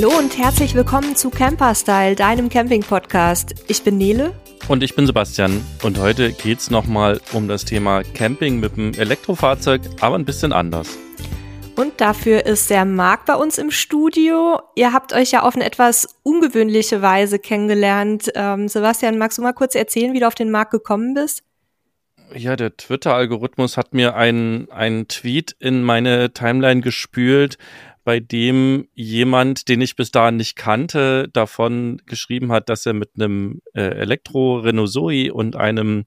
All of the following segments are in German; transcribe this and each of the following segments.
Hallo und herzlich willkommen zu Camperstyle, deinem Camping-Podcast. Ich bin Nele. Und ich bin Sebastian. Und heute geht's nochmal um das Thema Camping mit dem Elektrofahrzeug, aber ein bisschen anders. Und dafür ist der Marc bei uns im Studio. Ihr habt euch ja auf eine etwas ungewöhnliche Weise kennengelernt. Sebastian, magst du mal kurz erzählen, wie du auf den Marc gekommen bist? Ja, der Twitter-Algorithmus hat mir einen Tweet in meine Timeline gespült, bei dem jemand, den ich bis dahin nicht kannte, davon geschrieben hat, dass er mit einem Elektro-Renault Zoe und einem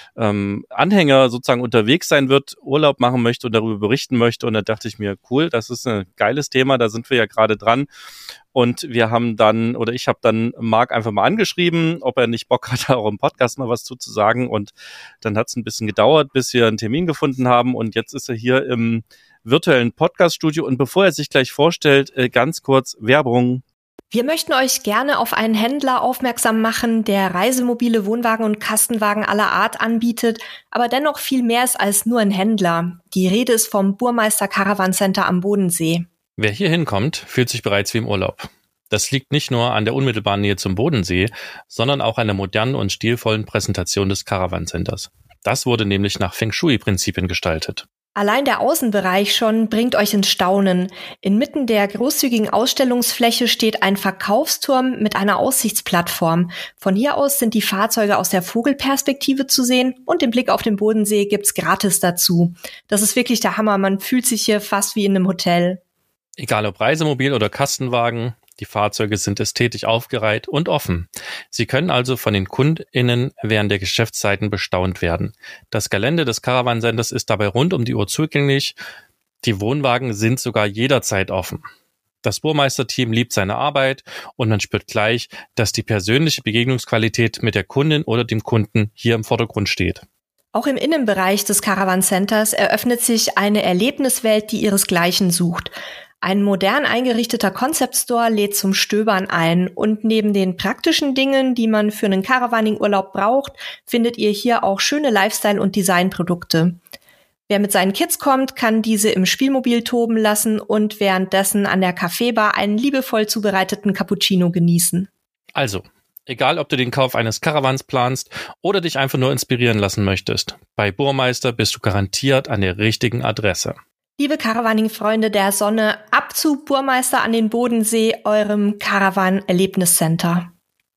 Anhänger sozusagen unterwegs sein wird, Urlaub machen möchte und darüber berichten möchte. Und da dachte ich mir, cool, das ist ein geiles Thema, da sind wir ja gerade dran. Und ich habe dann Marc einfach mal angeschrieben, ob er nicht Bock hat, auch im Podcast mal was zu sagen. Und dann hat es ein bisschen gedauert, bis wir einen Termin gefunden haben. Und jetzt ist er hier im virtuellen Podcast-Studio. Und bevor er sich gleich vorstellt, ganz kurz Werbung. Wir möchten euch gerne auf einen Händler aufmerksam machen, der Reisemobile, Wohnwagen und Kastenwagen aller Art anbietet, aber dennoch viel mehr ist als nur ein Händler. Die Rede ist vom Burmeister Caravan Center am Bodensee. Wer hier hinkommt, fühlt sich bereits wie im Urlaub. Das liegt nicht nur an der unmittelbaren Nähe zum Bodensee, sondern auch an der modernen und stilvollen Präsentation des Caravan Centers. Das wurde nämlich nach Feng Shui-Prinzipien gestaltet. Allein der Außenbereich schon bringt euch ins Staunen. Inmitten der großzügigen Ausstellungsfläche steht ein Verkaufsturm mit einer Aussichtsplattform. Von hier aus sind die Fahrzeuge aus der Vogelperspektive zu sehen und den Blick auf den Bodensee gibt's gratis dazu. Das ist wirklich der Hammer, man fühlt sich hier fast wie in einem Hotel. Egal ob Reisemobil oder Kastenwagen, die Fahrzeuge sind ästhetisch aufgereiht und offen. Sie können also von den KundInnen während der Geschäftszeiten bestaunt werden. Das Gelände des Caravan Centers ist dabei rund um die Uhr zugänglich. Die Wohnwagen sind sogar jederzeit offen. Das Burmeisterteam liebt seine Arbeit und man spürt gleich, dass die persönliche Begegnungsqualität mit der Kundin oder dem Kunden hier im Vordergrund steht. Auch im Innenbereich des Caravan Centers eröffnet sich eine Erlebniswelt, die ihresgleichen sucht. Ein modern eingerichteter Concept Store lädt zum Stöbern ein und neben den praktischen Dingen, die man für einen Caravaning-Urlaub braucht, findet ihr hier auch schöne Lifestyle- und Designprodukte. Wer mit seinen Kids kommt, kann diese im Spielmobil toben lassen und währenddessen an der Kaffeebar einen liebevoll zubereiteten Cappuccino genießen. Also, egal ob du den Kauf eines Caravans planst oder dich einfach nur inspirieren lassen möchtest, bei Burmeister bist du garantiert an der richtigen Adresse. Liebe Caravaning-Freunde der Sonne, ab zu Burmeister an den Bodensee, eurem Caravan-Erlebniscenter.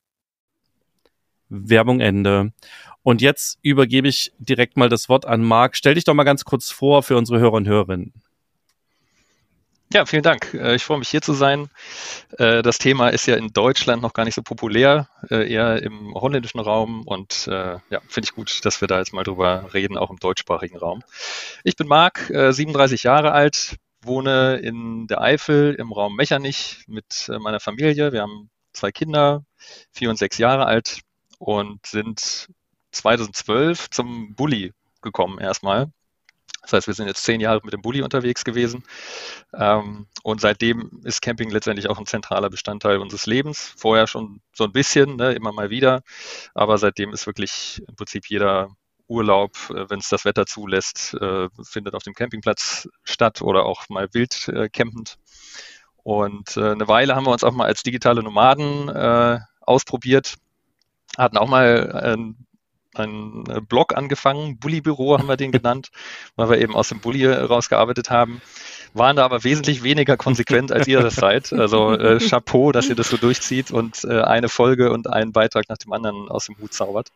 Werbung Ende. Und jetzt übergebe ich direkt mal das Wort an Marc. Stell dich doch mal ganz kurz vor für unsere Hörer und Hörerinnen. Ja, vielen Dank. Ich freue mich, hier zu sein. Das Thema ist ja in Deutschland noch gar nicht so populär, eher im holländischen Raum. Und finde ich gut, dass wir da jetzt mal drüber reden, auch im deutschsprachigen Raum. Ich bin Marc, 37 Jahre alt, wohne in der Eifel im Raum Mechernich mit meiner Familie. Wir haben 2 Kinder, 4 und 6 Jahre alt und sind 2012 zum Bulli gekommen erstmal. Das heißt, wir sind jetzt 10 Jahre mit dem Bulli unterwegs gewesen. Und seitdem ist Camping letztendlich auch ein zentraler Bestandteil unseres Lebens. Vorher schon so ein bisschen, ne, immer mal wieder. Aber seitdem ist wirklich im Prinzip jeder Urlaub, wenn es das Wetter zulässt, findet auf dem Campingplatz statt oder auch mal wild campend. Und eine Weile haben wir uns auch mal als digitale Nomaden ausprobiert. Hatten auch mal einen Blog angefangen, Bulli-Büro haben wir den genannt, weil wir eben aus dem Bulli rausgearbeitet haben, waren da aber wesentlich weniger konsequent, als ihr das seid. Also Chapeau, dass ihr das so durchzieht und eine Folge und einen Beitrag nach dem anderen aus dem Hut zaubert.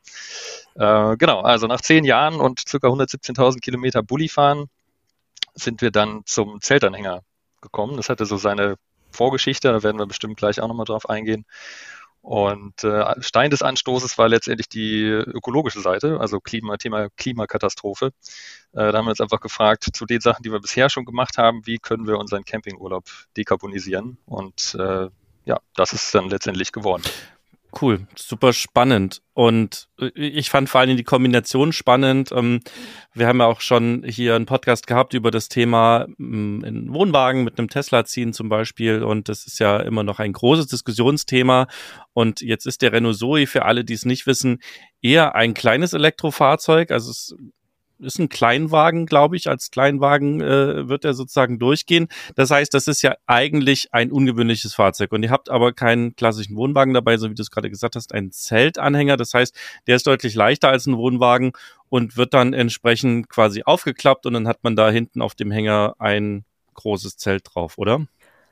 Also nach 10 Jahren und ca. 117.000 Kilometer Bulli fahren, sind wir dann zum Zeltanhänger gekommen. Das hatte so seine Vorgeschichte, da werden wir bestimmt gleich auch nochmal drauf eingehen. Und Stein des Anstoßes war letztendlich die ökologische Seite, also Thema Klimakatastrophe. Da haben wir uns einfach gefragt, zu den Sachen, die wir bisher schon gemacht haben, wie können wir unseren Campingurlaub dekarbonisieren? Und das ist dann letztendlich geworden. Cool, super spannend. Und ich fand vor allem die Kombination spannend. Wir haben ja auch schon hier einen Podcast gehabt über das Thema in Wohnwagen mit einem Tesla ziehen zum Beispiel. Und das ist ja immer noch ein großes Diskussionsthema. Und jetzt ist der Renault Zoe, für alle, die es nicht wissen, eher ein kleines Elektrofahrzeug. Also es ist ein Kleinwagen, glaube ich. Als Kleinwagen wird er sozusagen durchgehen. Das heißt, das ist ja eigentlich ein ungewöhnliches Fahrzeug. Und ihr habt aber keinen klassischen Wohnwagen dabei, so wie du es gerade gesagt hast, einen Zeltanhänger. Das heißt, der ist deutlich leichter als ein Wohnwagen und wird dann entsprechend quasi aufgeklappt und dann hat man da hinten auf dem Hänger ein großes Zelt drauf, oder?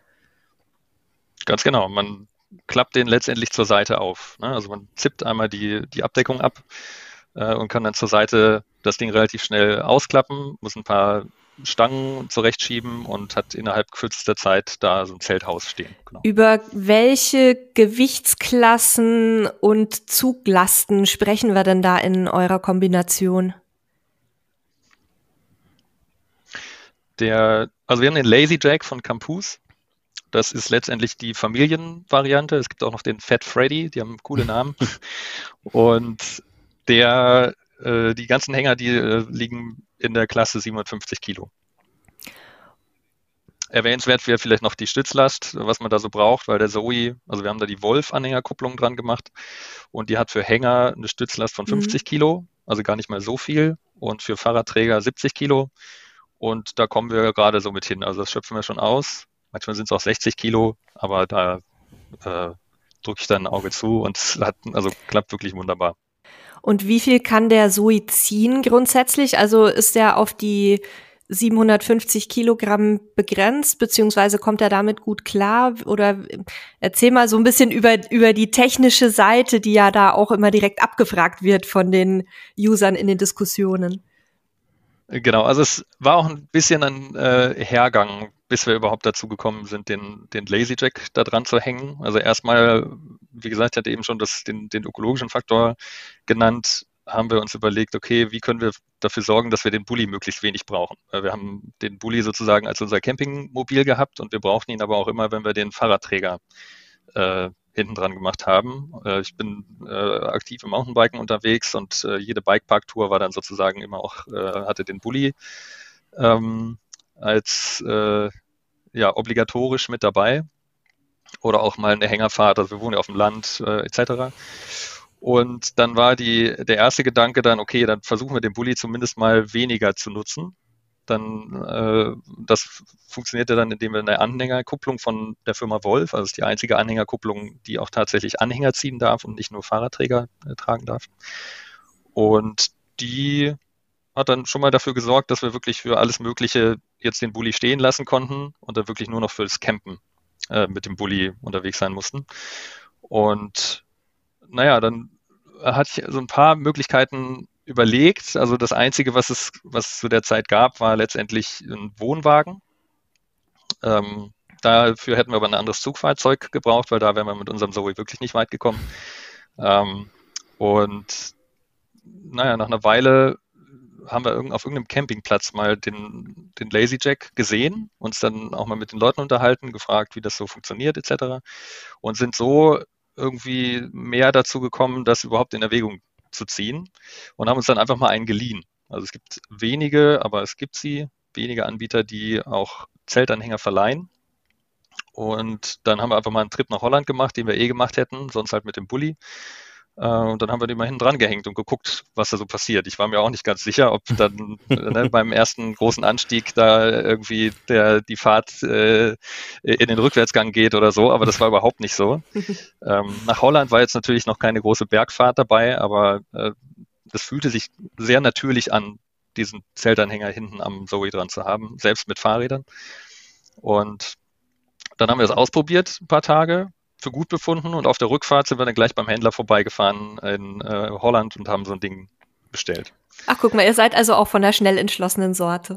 Ganz genau. Man klappt den letztendlich zur Seite auf. Ne? Also man zippt einmal die Abdeckung ab und kann dann zur Seite das Ding relativ schnell ausklappen, muss ein paar Stangen zurechtschieben und hat innerhalb kürzester Zeit da so ein Zelthaus stehen. Genau. Über welche Gewichtsklassen und Zuglasten sprechen wir denn da in eurer Kombination? Also wir haben den Lazy Jack von Campus. Das ist letztendlich die Familienvariante. Es gibt auch noch den Fat Freddy, die haben coole Namen. Und die ganzen Hänger, die liegen in der Klasse 750 Kilo. Erwähnenswert wäre vielleicht noch die Stützlast, was man da so braucht, weil der Zoe, also wir haben da die Wolf-Anhängerkupplung dran gemacht und die hat für Hänger eine Stützlast von 50 Kilo, also gar nicht mal so viel, und für Fahrradträger 70 Kilo. Und da kommen wir gerade so mit hin. Also das schöpfen wir schon aus. Manchmal sind es auch 60 Kilo, aber da drücke ich dann ein Auge zu und es klappt wirklich wunderbar. Und wie viel kann der Zoe ziehen grundsätzlich? Also ist der auf die 750 Kilogramm begrenzt, beziehungsweise kommt er damit gut klar? Oder erzähl mal so ein bisschen über die technische Seite, die ja da auch immer direkt abgefragt wird von den Usern in den Diskussionen. Genau, also es war auch ein bisschen ein Hergang, bis wir überhaupt dazu gekommen sind, den Lazy Jack da dran zu hängen. Also erstmal, wie gesagt, ich hatte eben schon den ökologischen Faktor genannt, haben wir uns überlegt, okay, wie können wir dafür sorgen, dass wir den Bulli möglichst wenig brauchen. Wir haben den Bulli sozusagen als unser Campingmobil gehabt und wir brauchten ihn aber auch immer, wenn wir den Fahrradträger hinten dran gemacht haben. Ich bin aktiv im Mountainbiken unterwegs und jede Bikepark-Tour war dann sozusagen immer auch, hatte den Bulli als obligatorisch mit dabei oder auch mal eine Hängerfahrt, also wir wohnen ja auf dem Land etc. Und dann war der erste Gedanke dann, okay, dann versuchen wir den Bulli zumindest mal weniger zu nutzen. Dann das funktionierte dann, indem wir eine Anhängerkupplung von der Firma Wolf, also ist die einzige Anhängerkupplung, die auch tatsächlich Anhänger ziehen darf und nicht nur Fahrradträger tragen darf. Und die hat dann schon mal dafür gesorgt, dass wir wirklich für alles Mögliche jetzt den Bulli stehen lassen konnten und dann wirklich nur noch fürs Campen mit dem Bulli unterwegs sein mussten. Und naja, dann hatte ich so ein paar Möglichkeiten überlegt. Also das Einzige, was es zu der Zeit gab, war letztendlich ein Wohnwagen. Dafür hätten wir aber ein anderes Zugfahrzeug gebraucht, weil da wären wir mit unserem Zoe wirklich nicht weit gekommen. Und naja, nach einer Weile haben wir auf irgendeinem Campingplatz mal den Lazy Jack gesehen, uns dann auch mal mit den Leuten unterhalten, gefragt, wie das so funktioniert etc. Und sind so irgendwie mehr dazu gekommen, das überhaupt in Erwägung zu ziehen und haben uns dann einfach mal einen geliehen. Also es gibt wenige Anbieter, die auch Zeltanhänger verleihen. Und dann haben wir einfach mal einen Trip nach Holland gemacht, den wir gemacht hätten, sonst halt mit dem Bulli. Und dann haben wir den mal hinten dran gehängt und geguckt, was da so passiert. Ich war mir auch nicht ganz sicher, ob dann beim ersten großen Anstieg da irgendwie die Fahrt in den Rückwärtsgang geht oder so, aber das war überhaupt nicht so. Nach Holland war jetzt natürlich noch keine große Bergfahrt dabei, aber das fühlte sich sehr natürlich an, diesen Zeltanhänger hinten am Zoe dran zu haben, selbst mit Fahrrädern. Und dann haben wir das ausprobiert, ein paar Tage, für gut befunden und auf der Rückfahrt sind wir dann gleich beim Händler vorbeigefahren in Holland und haben so ein Ding bestellt. Ach, guck mal, ihr seid also auch von der schnell entschlossenen Sorte.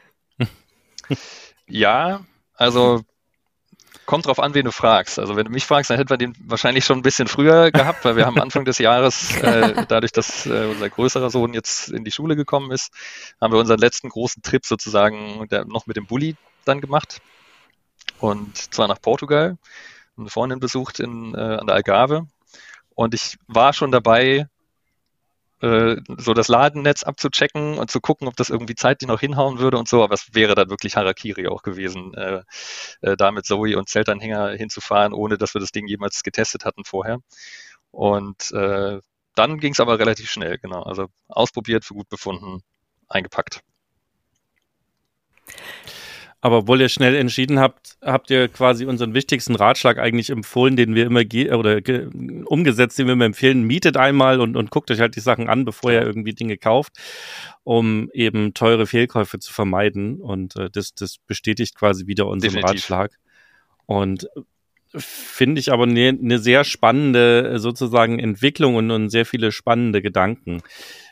Ja, also kommt drauf an, wen du fragst. Also wenn du mich fragst, dann hätten wir den wahrscheinlich schon ein bisschen früher gehabt, weil wir haben Anfang des Jahres, dadurch, dass unser größerer Sohn jetzt in die Schule gekommen ist, haben wir unseren letzten großen Trip sozusagen noch mit dem Bulli dann gemacht. Und zwar nach Portugal. Eine Freundin besucht an der Algarve und ich war schon dabei, so das Ladennetz abzuchecken und zu gucken, ob das irgendwie zeitlich noch hinhauen würde und so, aber es wäre dann wirklich Harakiri auch gewesen, da mit Zoe und Zeltanhänger hinzufahren, ohne dass wir das Ding jemals getestet hatten vorher. Und dann ging es aber relativ schnell, genau. Also ausprobiert, für gut befunden, eingepackt. Aber obwohl ihr schnell entschieden habt, habt ihr quasi unseren wichtigsten Ratschlag eigentlich empfohlen, den wir immer umgesetzt, den wir immer empfehlen. Mietet einmal und guckt euch halt die Sachen an, bevor ihr irgendwie Dinge kauft, um eben teure Fehlkäufe zu vermeiden. Und das bestätigt quasi wieder unseren Ratschlag. Und finde ich aber eine sehr spannende sozusagen Entwicklung und sehr viele spannende Gedanken.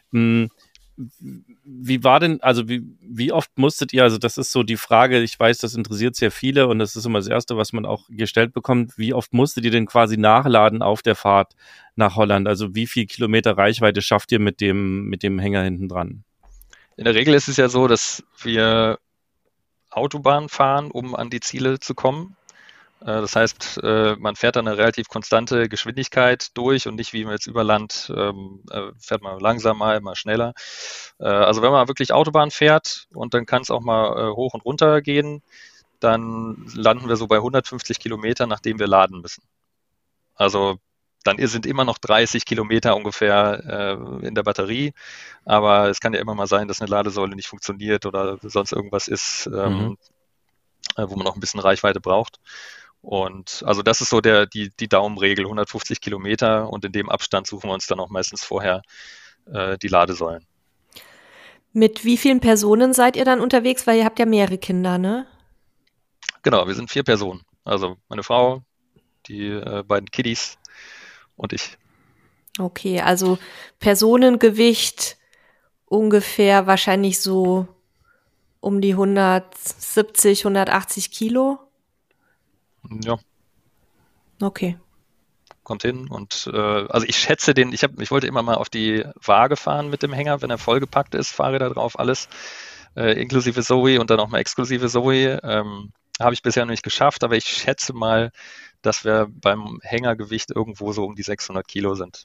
Wie war denn, also wie oft musstet ihr, also das ist so die Frage, ich weiß, das interessiert sehr viele und das ist immer das Erste, was man auch gestellt bekommt, wie oft musstet ihr denn quasi nachladen auf der Fahrt nach Holland? Also wie viel Kilometer Reichweite schafft ihr mit dem Hänger hinten dran? In der Regel ist es ja so, dass wir Autobahn fahren, um an die Ziele zu kommen. Das heißt, man fährt dann eine relativ konstante Geschwindigkeit durch und nicht wie man jetzt über Land fährt man langsamer, mal schneller. Also wenn man wirklich Autobahn fährt und dann kann es auch mal hoch und runter gehen, dann landen wir so bei 150 Kilometern, nachdem wir laden müssen. Also dann sind immer noch 30 Kilometer ungefähr in der Batterie, aber es kann ja immer mal sein, dass eine Ladesäule nicht funktioniert oder sonst irgendwas ist, wo man noch ein bisschen Reichweite braucht. Und also das ist so die Daumenregel, 150 Kilometer und in dem Abstand suchen wir uns dann auch meistens vorher die Ladesäulen. Mit wie vielen Personen seid ihr dann unterwegs? Weil ihr habt ja mehrere Kinder, ne? Genau, wir sind 4 Personen. Also meine Frau, die beiden Kiddies und ich. Okay, also Personengewicht ungefähr wahrscheinlich so um die 170, 180 Kilo. Ja. Okay. Kommt hin und also ich schätze ich wollte immer mal auf die Waage fahren mit dem Hänger, wenn er vollgepackt ist, Fahrräder drauf, alles, inklusive Zoe und dann auch mal exklusive Zoe. Habe ich bisher noch nicht geschafft, aber ich schätze mal, dass wir beim Hängergewicht irgendwo so um die 600 Kilo sind.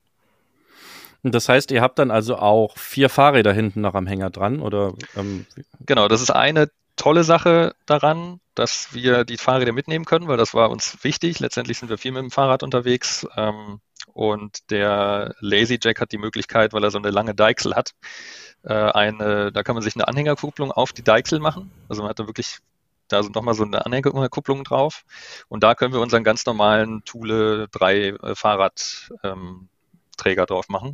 Und das heißt, ihr habt dann also auch 4 Fahrräder hinten noch am Hänger dran, oder? Genau, das ist eine tolle Sache daran, dass wir die Fahrräder mitnehmen können, weil das war uns wichtig. Letztendlich sind wir viel mit dem Fahrrad unterwegs und der Lazy Jack hat die Möglichkeit, weil er so eine lange Deichsel hat, da kann man sich eine Anhängerkupplung auf die Deichsel machen. Also man hat da wirklich da sind nochmal so eine Anhängerkupplung drauf und da können wir unseren ganz normalen Thule 3 Fahrradträger drauf machen.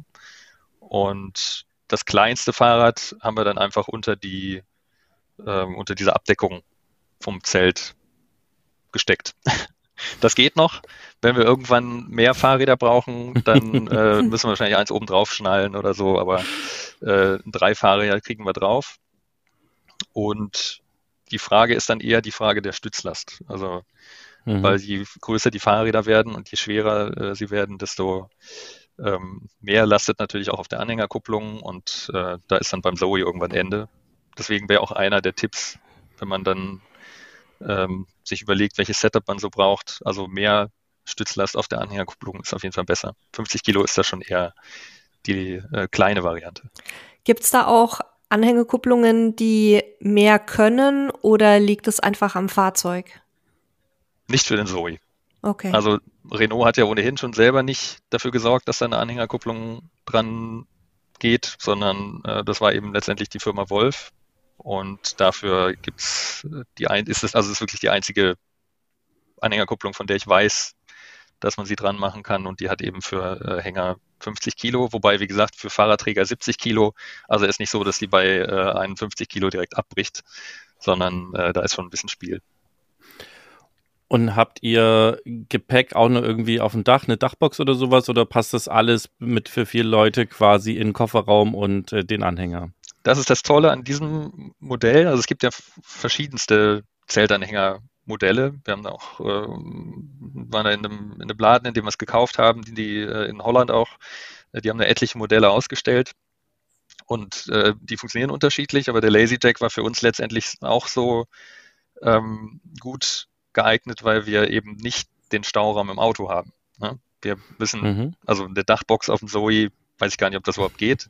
Und das kleinste Fahrrad haben wir dann einfach unter diese Abdeckung vom Zelt gesteckt. Das geht noch. Wenn wir irgendwann mehr Fahrräder brauchen, dann müssen wir wahrscheinlich eins oben drauf schnallen oder so, aber 3 Fahrräder kriegen wir drauf. Und die Frage ist dann eher die Frage der Stützlast. Also, weil je größer die Fahrräder werden und je schwerer sie werden, desto mehr lastet natürlich auch auf der Anhängerkupplung und da ist dann beim Zoe irgendwann Ende. Deswegen wäre auch einer der Tipps, wenn man dann sich überlegt, welches Setup man so braucht. Also mehr Stützlast auf der Anhängerkupplung ist auf jeden Fall besser. 50 Kilo ist da schon eher die kleine Variante. Gibt es da auch Anhängekupplungen, die mehr können oder liegt es einfach am Fahrzeug? Nicht für den Zoe. Okay. Also Renault hat ja ohnehin schon selber nicht dafür gesorgt, dass da eine Anhängerkupplung dran geht, sondern das war eben letztendlich die Firma Wolf. Und dafür ist wirklich die einzige Anhängerkupplung, von der ich weiß, dass man sie dran machen kann. Und die hat eben für Hänger 50 Kilo, wobei, wie gesagt, für Fahrradträger 70 Kilo. Also ist nicht so, dass die bei 51 Kilo direkt abbricht, sondern da ist schon ein bisschen Spiel. Und habt ihr Gepäck auch noch irgendwie auf dem Dach, eine Dachbox oder sowas, oder passt das alles mit für 4 Leute quasi in den Kofferraum und den Anhänger? Das ist das Tolle an diesem Modell. Also es gibt ja verschiedenste Zeltanhängermodelle. Wir haben auch, waren da in einem Laden, in dem wir es gekauft haben, die in Holland auch, die haben da etliche Modelle ausgestellt. Und die funktionieren unterschiedlich, aber der Lazy Jack war für uns letztendlich auch so gut geeignet, weil wir eben nicht den Stauraum im Auto haben. Ne? Wir müssen, also eine Dachbox auf dem Zoe, weiß ich gar nicht, ob das überhaupt geht.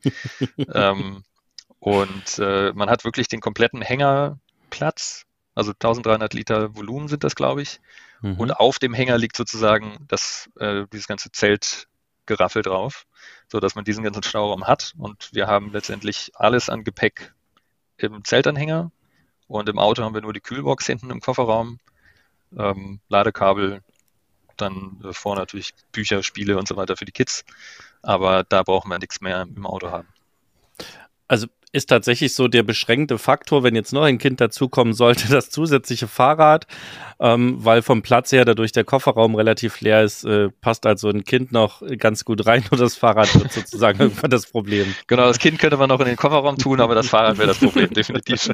Und man hat wirklich den kompletten Hängerplatz, also 1300 Liter Volumen sind das, glaube ich. Und auf dem Hänger liegt sozusagen dieses ganze Zelt Geraffel drauf, so dass man diesen ganzen Stauraum hat. Und wir haben letztendlich alles an Gepäck im Zeltanhänger und im Auto haben wir nur die Kühlbox hinten im Kofferraum, Ladekabel, dann vorne natürlich Bücher, Spiele und so weiter für die Kids. Aber da brauchen wir nichts mehr im Auto haben. Also ist tatsächlich so der beschränkte Faktor, wenn jetzt noch ein Kind dazukommen sollte, das zusätzliche Fahrrad, weil vom Platz her dadurch der Kofferraum relativ leer ist, passt also ein Kind noch ganz gut rein und das Fahrrad wird sozusagen irgendwann das Problem. Genau, das Kind könnte man noch in den Kofferraum tun, aber das Fahrrad wäre das Problem, definitiv.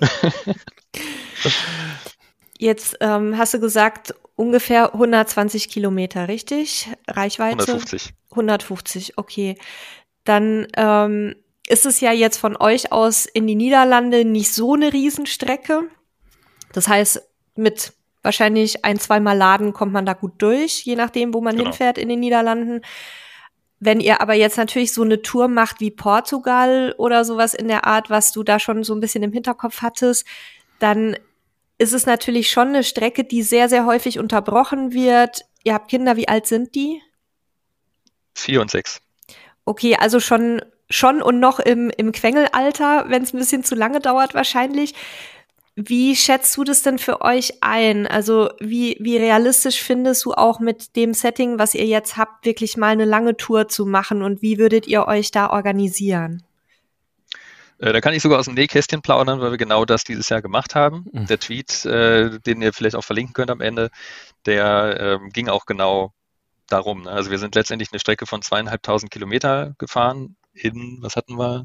Jetzt hast du gesagt, ungefähr 120 Kilometer, richtig? Reichweite? 150. 150, okay. Dann ist es ja jetzt von euch aus in die Niederlande nicht so eine Riesenstrecke. Das heißt, mit wahrscheinlich 1-2 Mal Laden kommt man da gut durch, je nachdem, wo man hinfährt in den Niederlanden. Wenn ihr aber jetzt natürlich so eine Tour macht wie Portugal oder sowas in der Art, was du da schon so ein bisschen im Hinterkopf hattest, dann ist es natürlich schon eine Strecke, die sehr, sehr häufig unterbrochen wird. Ihr habt Kinder, wie alt sind die? 4 und 6. Okay, also schon und noch im Quengelalter, wenn es ein bisschen zu lange dauert wahrscheinlich. Wie schätzt du das denn für euch ein? Also wie realistisch findest du auch mit dem Setting, was ihr jetzt habt, wirklich mal eine lange Tour zu machen und wie würdet ihr euch da organisieren? Da kann ich sogar aus dem Nähkästchen plaudern, weil wir genau das dieses Jahr gemacht haben. Der Tweet, den ihr vielleicht auch verlinken könnt am Ende, der ging auch genau darum. Also wir sind letztendlich eine Strecke von 2.500 Kilometer gefahren in, was hatten wir,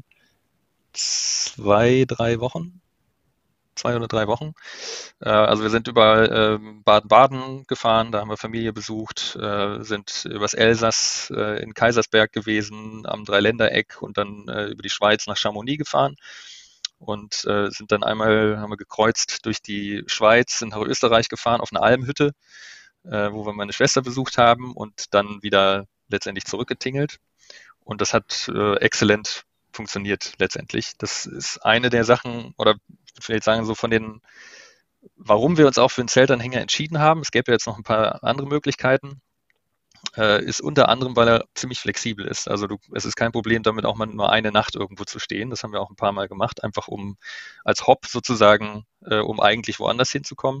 2 oder 3 Wochen. Also wir sind über Baden-Baden gefahren, da haben wir Familie besucht, sind übers Elsass in Kaisersberg gewesen, am Dreiländereck und dann über die Schweiz nach Chamonix gefahren und sind dann einmal, haben wir gekreuzt durch die Schweiz, sind nach Österreich gefahren auf eine Almhütte, wo wir meine Schwester besucht haben und dann wieder letztendlich zurückgetingelt. Und das hat exzellent funktioniert letztendlich. Das ist eine der Sachen, oder ich würde sagen, so von den, warum wir uns auch für einen Zeltanhänger entschieden haben, es gäbe ja jetzt noch ein paar andere Möglichkeiten, ist unter anderem, weil er ziemlich flexibel ist. Also es ist kein Problem, damit auch mal nur eine Nacht irgendwo zu stehen. Das haben wir auch ein paar Mal gemacht, einfach um als Hop sozusagen, um eigentlich woanders hinzukommen.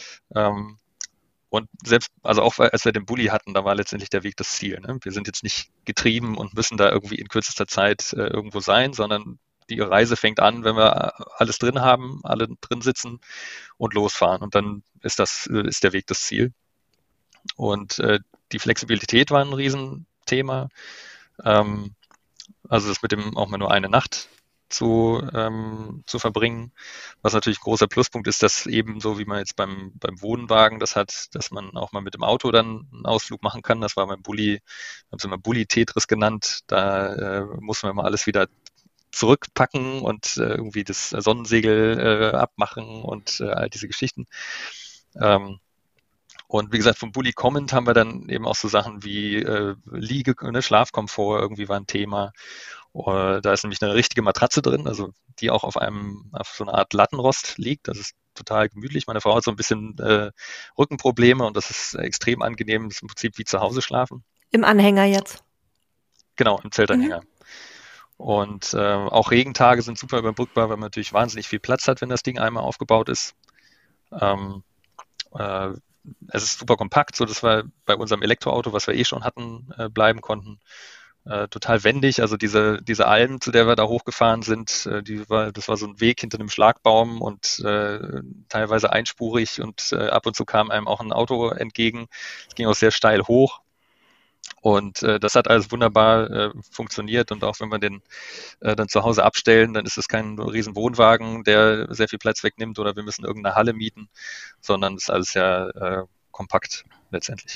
Und selbst, also auch als wir den Bulli hatten, da war letztendlich der Weg das Ziel. Ne? Wir sind jetzt nicht getrieben und müssen da irgendwie in kürzester Zeit irgendwo sein, sondern die Reise fängt an, wenn wir alles drin haben, alle drin sitzen und losfahren. Und dann ist der Weg das Ziel. Und die Flexibilität war ein Riesenthema. Also das mit dem auch mal nur eine Nacht zu verbringen. Was natürlich ein großer Pluspunkt ist, dass eben so wie man jetzt beim Wohnwagen das hat, dass man auch mal mit dem Auto dann einen Ausflug machen kann. Das war beim Bulli, haben sie mal Bulli-Tetris genannt. Da muss man mal alles wieder zurückpacken und irgendwie das Sonnensegel abmachen und all diese Geschichten. Und wie gesagt, vom Bulli kommend haben wir dann eben auch so Sachen wie Schlafkomfort irgendwie war ein Thema. Da ist nämlich eine richtige Matratze drin, also die auch auf so einer Art Lattenrost liegt. Das ist total gemütlich. Meine Frau hat so ein bisschen Rückenprobleme und das ist extrem angenehm. Das ist im Prinzip wie zu Hause schlafen. Im Anhänger jetzt? Genau, im Zeltanhänger. Und auch Regentage sind super überbrückbar, weil man natürlich wahnsinnig viel Platz hat, wenn das Ding einmal aufgebaut ist. Es ist super kompakt, so dass wir bei unserem Elektroauto, was wir schon hatten, bleiben konnten. Total wendig, also diese Alm, zu der wir da hochgefahren sind, das war so ein Weg hinter einem Schlagbaum und teilweise einspurig und ab und zu kam einem auch ein Auto entgegen. Es ging auch sehr steil hoch. Und das hat alles wunderbar funktioniert und auch wenn wir den dann zu Hause abstellen, dann ist es kein riesen Wohnwagen, der sehr viel Platz wegnimmt oder wir müssen irgendeine Halle mieten, sondern es ist alles sehr kompakt letztendlich.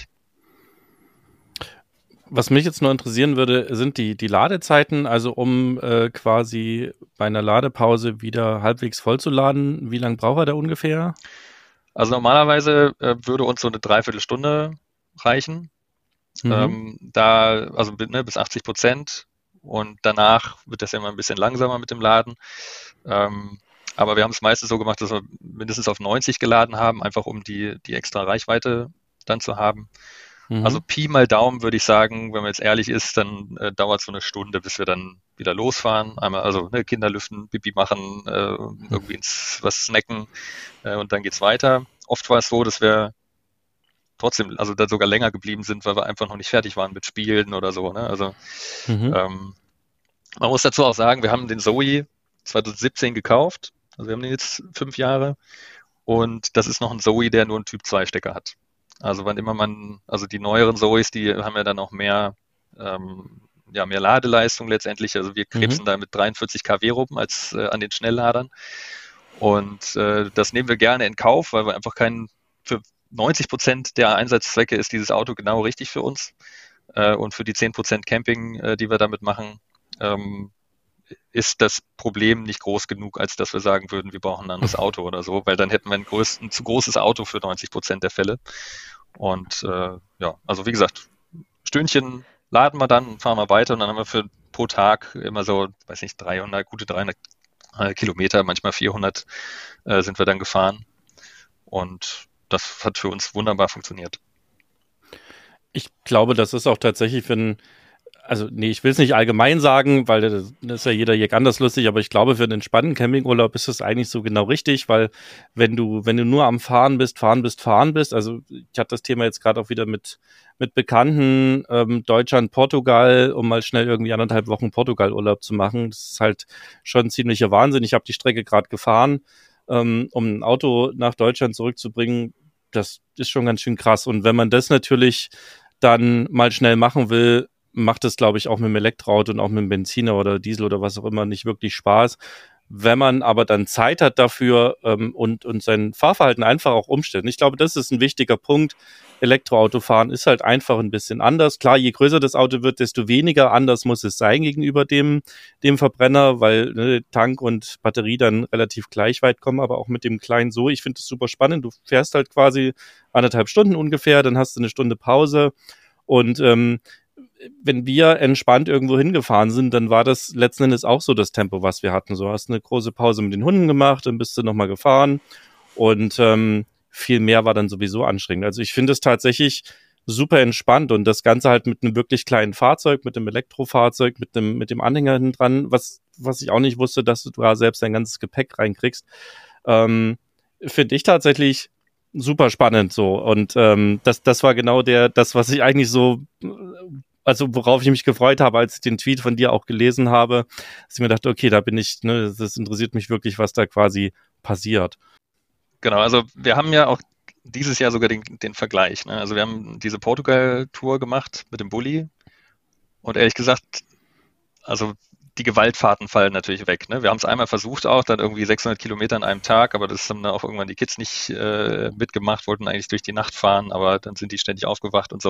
Was mich jetzt nur interessieren würde, sind die Ladezeiten, also um quasi bei einer Ladepause wieder halbwegs vollzuladen. Wie lange braucht er da ungefähr? Also normalerweise würde uns so eine Dreiviertelstunde reichen. Bis 80% und danach wird das ja immer ein bisschen langsamer mit dem Laden. Aber wir haben es meistens so gemacht, dass wir mindestens auf 90 geladen haben, einfach um die extra Reichweite dann zu haben. Also Pi mal Daumen würde ich sagen, wenn man jetzt ehrlich ist, dann dauert es so eine Stunde, bis wir dann wieder losfahren. Einmal, also Kinder lüften, Pipi machen, irgendwie was snacken und dann geht's weiter. Oft war es so, dass wir trotzdem, also da sogar länger geblieben sind, weil wir einfach noch nicht fertig waren mit Spielen oder so. Ne? Also man muss dazu auch sagen, wir haben den Zoe 2017 gekauft. Also wir haben den jetzt 5 Jahre. Und das ist noch ein Zoe, der nur einen Typ-2-Stecker hat. Also wann immer also die neueren Zoes, die haben ja dann auch mehr Ladeleistung letztendlich. Also wir krebsen da mit 43 kW rum als an den Schnellladern. Und das nehmen wir gerne in Kauf, weil wir einfach für 90% der Einsatzzwecke ist dieses Auto genau richtig für uns. Und für die 10% Camping, die wir damit machen, ist das Problem nicht groß genug, als dass wir sagen würden, wir brauchen ein anderes Auto oder so, weil dann hätten wir ein zu großes Auto für 90% der Fälle. Und also wie gesagt, Stündchen laden wir dann, fahren wir weiter und dann haben wir pro Tag immer so, weiß nicht, gute 300 Kilometer, manchmal 400 sind wir dann gefahren. Und das hat für uns wunderbar funktioniert. Ich glaube, das ist auch tatsächlich ich will es nicht allgemein sagen, weil das ist ja jeder hier anders lustig, aber ich glaube, für einen entspannten Campingurlaub ist das eigentlich so genau richtig, weil wenn du nur am fahren bist, also ich hatte das Thema jetzt gerade auch wieder mit Bekannten, Deutschland, Portugal, um mal schnell irgendwie 1,5 Wochen Portugal-Urlaub zu machen. Das ist halt schon ein ziemlicher Wahnsinn. Ich habe die Strecke gerade gefahren, um ein Auto nach Deutschland zurückzubringen. Das ist schon ganz schön krass. Und wenn man das natürlich dann mal schnell machen will, macht es, glaube ich, auch mit dem Elektroauto und auch mit dem Benziner oder Diesel oder was auch immer nicht wirklich Spaß. Wenn man aber dann Zeit hat dafür und sein Fahrverhalten einfach auch umstellt. Ich glaube, das ist ein wichtiger Punkt. Elektroautofahren ist halt einfach ein bisschen anders. Klar, je größer das Auto wird, desto weniger anders muss es sein gegenüber dem Verbrenner, weil Tank und Batterie dann relativ gleich weit kommen, aber auch mit dem kleinen so. Ich finde es super spannend. Du fährst halt quasi 1,5 Stunden ungefähr, dann hast du eine Stunde Pause und wenn wir entspannt irgendwo hingefahren sind, dann war das letzten Endes auch so das Tempo, was wir hatten. So hast eine große Pause mit den Hunden gemacht, dann bist du nochmal gefahren und viel mehr war dann sowieso anstrengend. Also ich finde es tatsächlich super entspannt und das Ganze halt mit einem wirklich kleinen Fahrzeug, mit einem Elektrofahrzeug, mit dem Anhänger hinten dran, was ich auch nicht wusste, dass du da selbst dein ganzes Gepäck reinkriegst, finde ich tatsächlich super spannend so und das war genau das, was ich eigentlich so, also worauf ich mich gefreut habe, als ich den Tweet von dir auch gelesen habe, dass ich mir dachte, okay, da bin ich, das interessiert mich wirklich, was da quasi passiert. Genau, also wir haben ja auch dieses Jahr sogar den Vergleich. Ne? Also wir haben diese Portugal-Tour gemacht mit dem Bulli und ehrlich gesagt, also die Gewaltfahrten fallen natürlich weg. Ne? Wir haben es einmal versucht auch, dann irgendwie 600 Kilometer an einem Tag, aber das haben dann auch irgendwann die Kids nicht mitgemacht, wollten eigentlich durch die Nacht fahren, aber dann sind die ständig aufgewacht und so.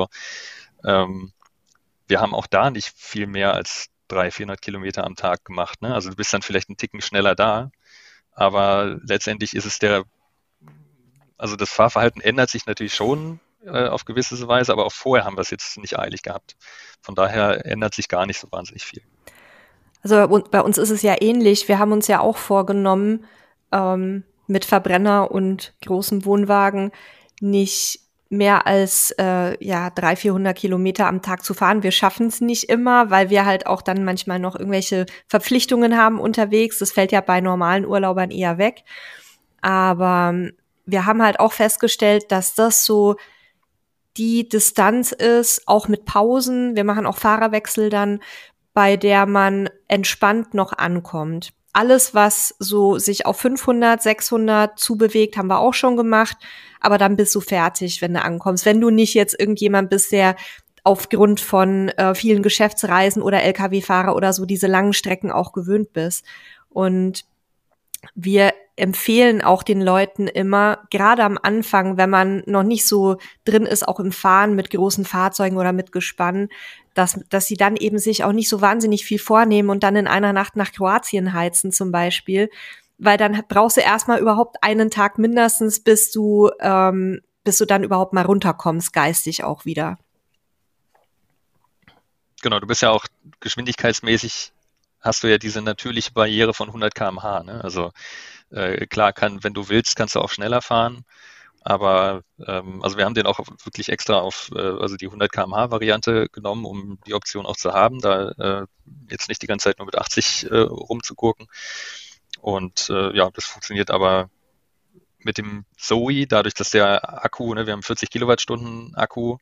Wir haben auch da nicht viel mehr als 300-400 Kilometer am Tag gemacht. Ne? Also du bist dann vielleicht einen Ticken schneller da, aber letztendlich ist es also das Fahrverhalten ändert sich natürlich schon auf gewisse Weise, aber auch vorher haben wir es jetzt nicht eilig gehabt. Von daher ändert sich gar nicht so wahnsinnig viel. Also bei uns ist es ja ähnlich. Wir haben uns ja auch vorgenommen, mit Verbrenner und großem Wohnwagen nicht mehr als 300-400 Kilometer am Tag zu fahren. Wir schaffen es nicht immer, weil wir halt auch dann manchmal noch irgendwelche Verpflichtungen haben unterwegs. Das fällt ja bei normalen Urlaubern eher weg. Aber wir haben halt auch festgestellt, dass das so die Distanz ist, auch mit Pausen. Wir machen auch Fahrerwechsel dann, bei der man entspannt noch ankommt. Alles, was so sich auf 500, 600 zubewegt, haben wir auch schon gemacht. Aber dann bist du fertig, wenn du ankommst. Wenn du nicht jetzt irgendjemand bist, der aufgrund von vielen Geschäftsreisen oder Lkw-Fahrer oder so diese langen Strecken auch gewöhnt bist. Und wir empfehlen auch den Leuten immer, gerade am Anfang, wenn man noch nicht so drin ist, auch im Fahren mit großen Fahrzeugen oder mit Gespann, dass sie dann eben sich auch nicht so wahnsinnig viel vornehmen und dann in einer Nacht nach Kroatien heizen zum Beispiel, weil dann brauchst du erstmal überhaupt einen Tag mindestens, bis du dann überhaupt mal runterkommst, geistig auch wieder. Genau, du bist ja auch geschwindigkeitsmäßig, hast du ja diese natürliche Barriere von 100 km/h. Ne? Also klar, wenn du willst, kannst du auch schneller fahren, Aber also wir haben den auch wirklich extra auf also die 100 km/h Variante genommen, um die Option auch zu haben, da jetzt nicht die ganze Zeit nur mit 80 rumzugurken. Und ja, das funktioniert aber mit dem Zoe, dadurch, dass der Akku, ne, wir haben 40 Kilowattstunden Akku,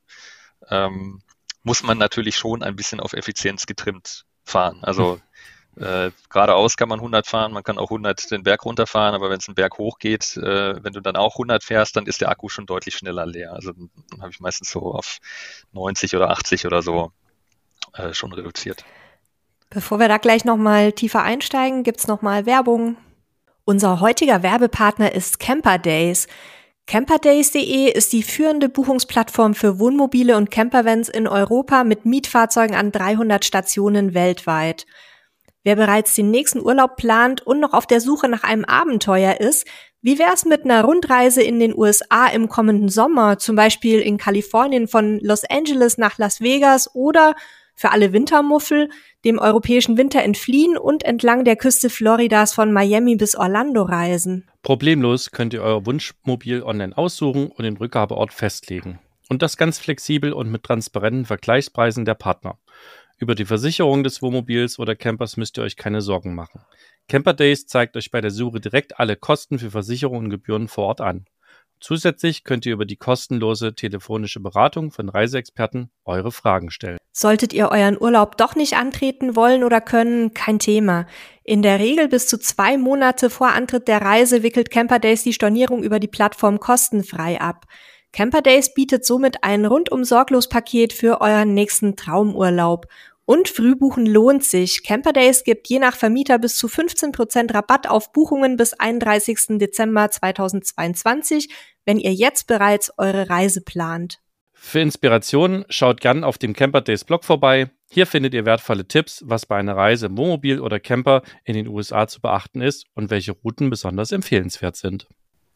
muss man natürlich schon ein bisschen auf Effizienz getrimmt fahren. Also geradeaus kann man 100 fahren, man kann auch 100 den Berg runterfahren, aber wenn es einen Berg hoch geht, wenn du dann auch 100 fährst, dann ist der Akku schon deutlich schneller leer. Also dann habe ich meistens so auf 90 oder 80 oder so schon reduziert. Bevor wir da gleich nochmal tiefer einsteigen, gibt's nochmal Werbung. Unser heutiger Werbepartner ist Camper Days. Camperdays.de ist die führende Buchungsplattform für Wohnmobile und Campervans in Europa mit Mietfahrzeugen an 300 Stationen weltweit. Wer bereits den nächsten Urlaub plant und noch auf der Suche nach einem Abenteuer ist, wie wär's mit einer Rundreise in den USA im kommenden Sommer, zum Beispiel in Kalifornien von Los Angeles nach Las Vegas oder für alle Wintermuffel dem europäischen Winter entfliehen und entlang der Küste Floridas von Miami bis Orlando reisen? Problemlos könnt ihr euer Wunschmobil online aussuchen und den Rückgabeort festlegen. Und das ganz flexibel und mit transparenten Vergleichspreisen der Partner. Über die Versicherung des Wohnmobils oder Campers müsst ihr euch keine Sorgen machen. Camper Days zeigt euch bei der Suche direkt alle Kosten für Versicherung und Gebühren vor Ort an. Zusätzlich könnt ihr über die kostenlose telefonische Beratung von Reiseexperten eure Fragen stellen. Solltet ihr euren Urlaub doch nicht antreten wollen oder können, kein Thema. In der Regel bis zu 2 Monate vor Antritt der Reise wickelt Camper Days die Stornierung über die Plattform kostenfrei ab. Camper Days bietet somit ein Rundum-Sorglos-Paket für euren nächsten Traumurlaub. Und Frühbuchen lohnt sich. Camper Days gibt je nach Vermieter bis zu 15% Rabatt auf Buchungen bis 31. Dezember 2022, wenn ihr jetzt bereits eure Reise plant. Für Inspiration schaut gern auf dem Camper Days Blog vorbei. Hier findet ihr wertvolle Tipps, was bei einer Reise im Wohnmobil oder Camper in den USA zu beachten ist und welche Routen besonders empfehlenswert sind.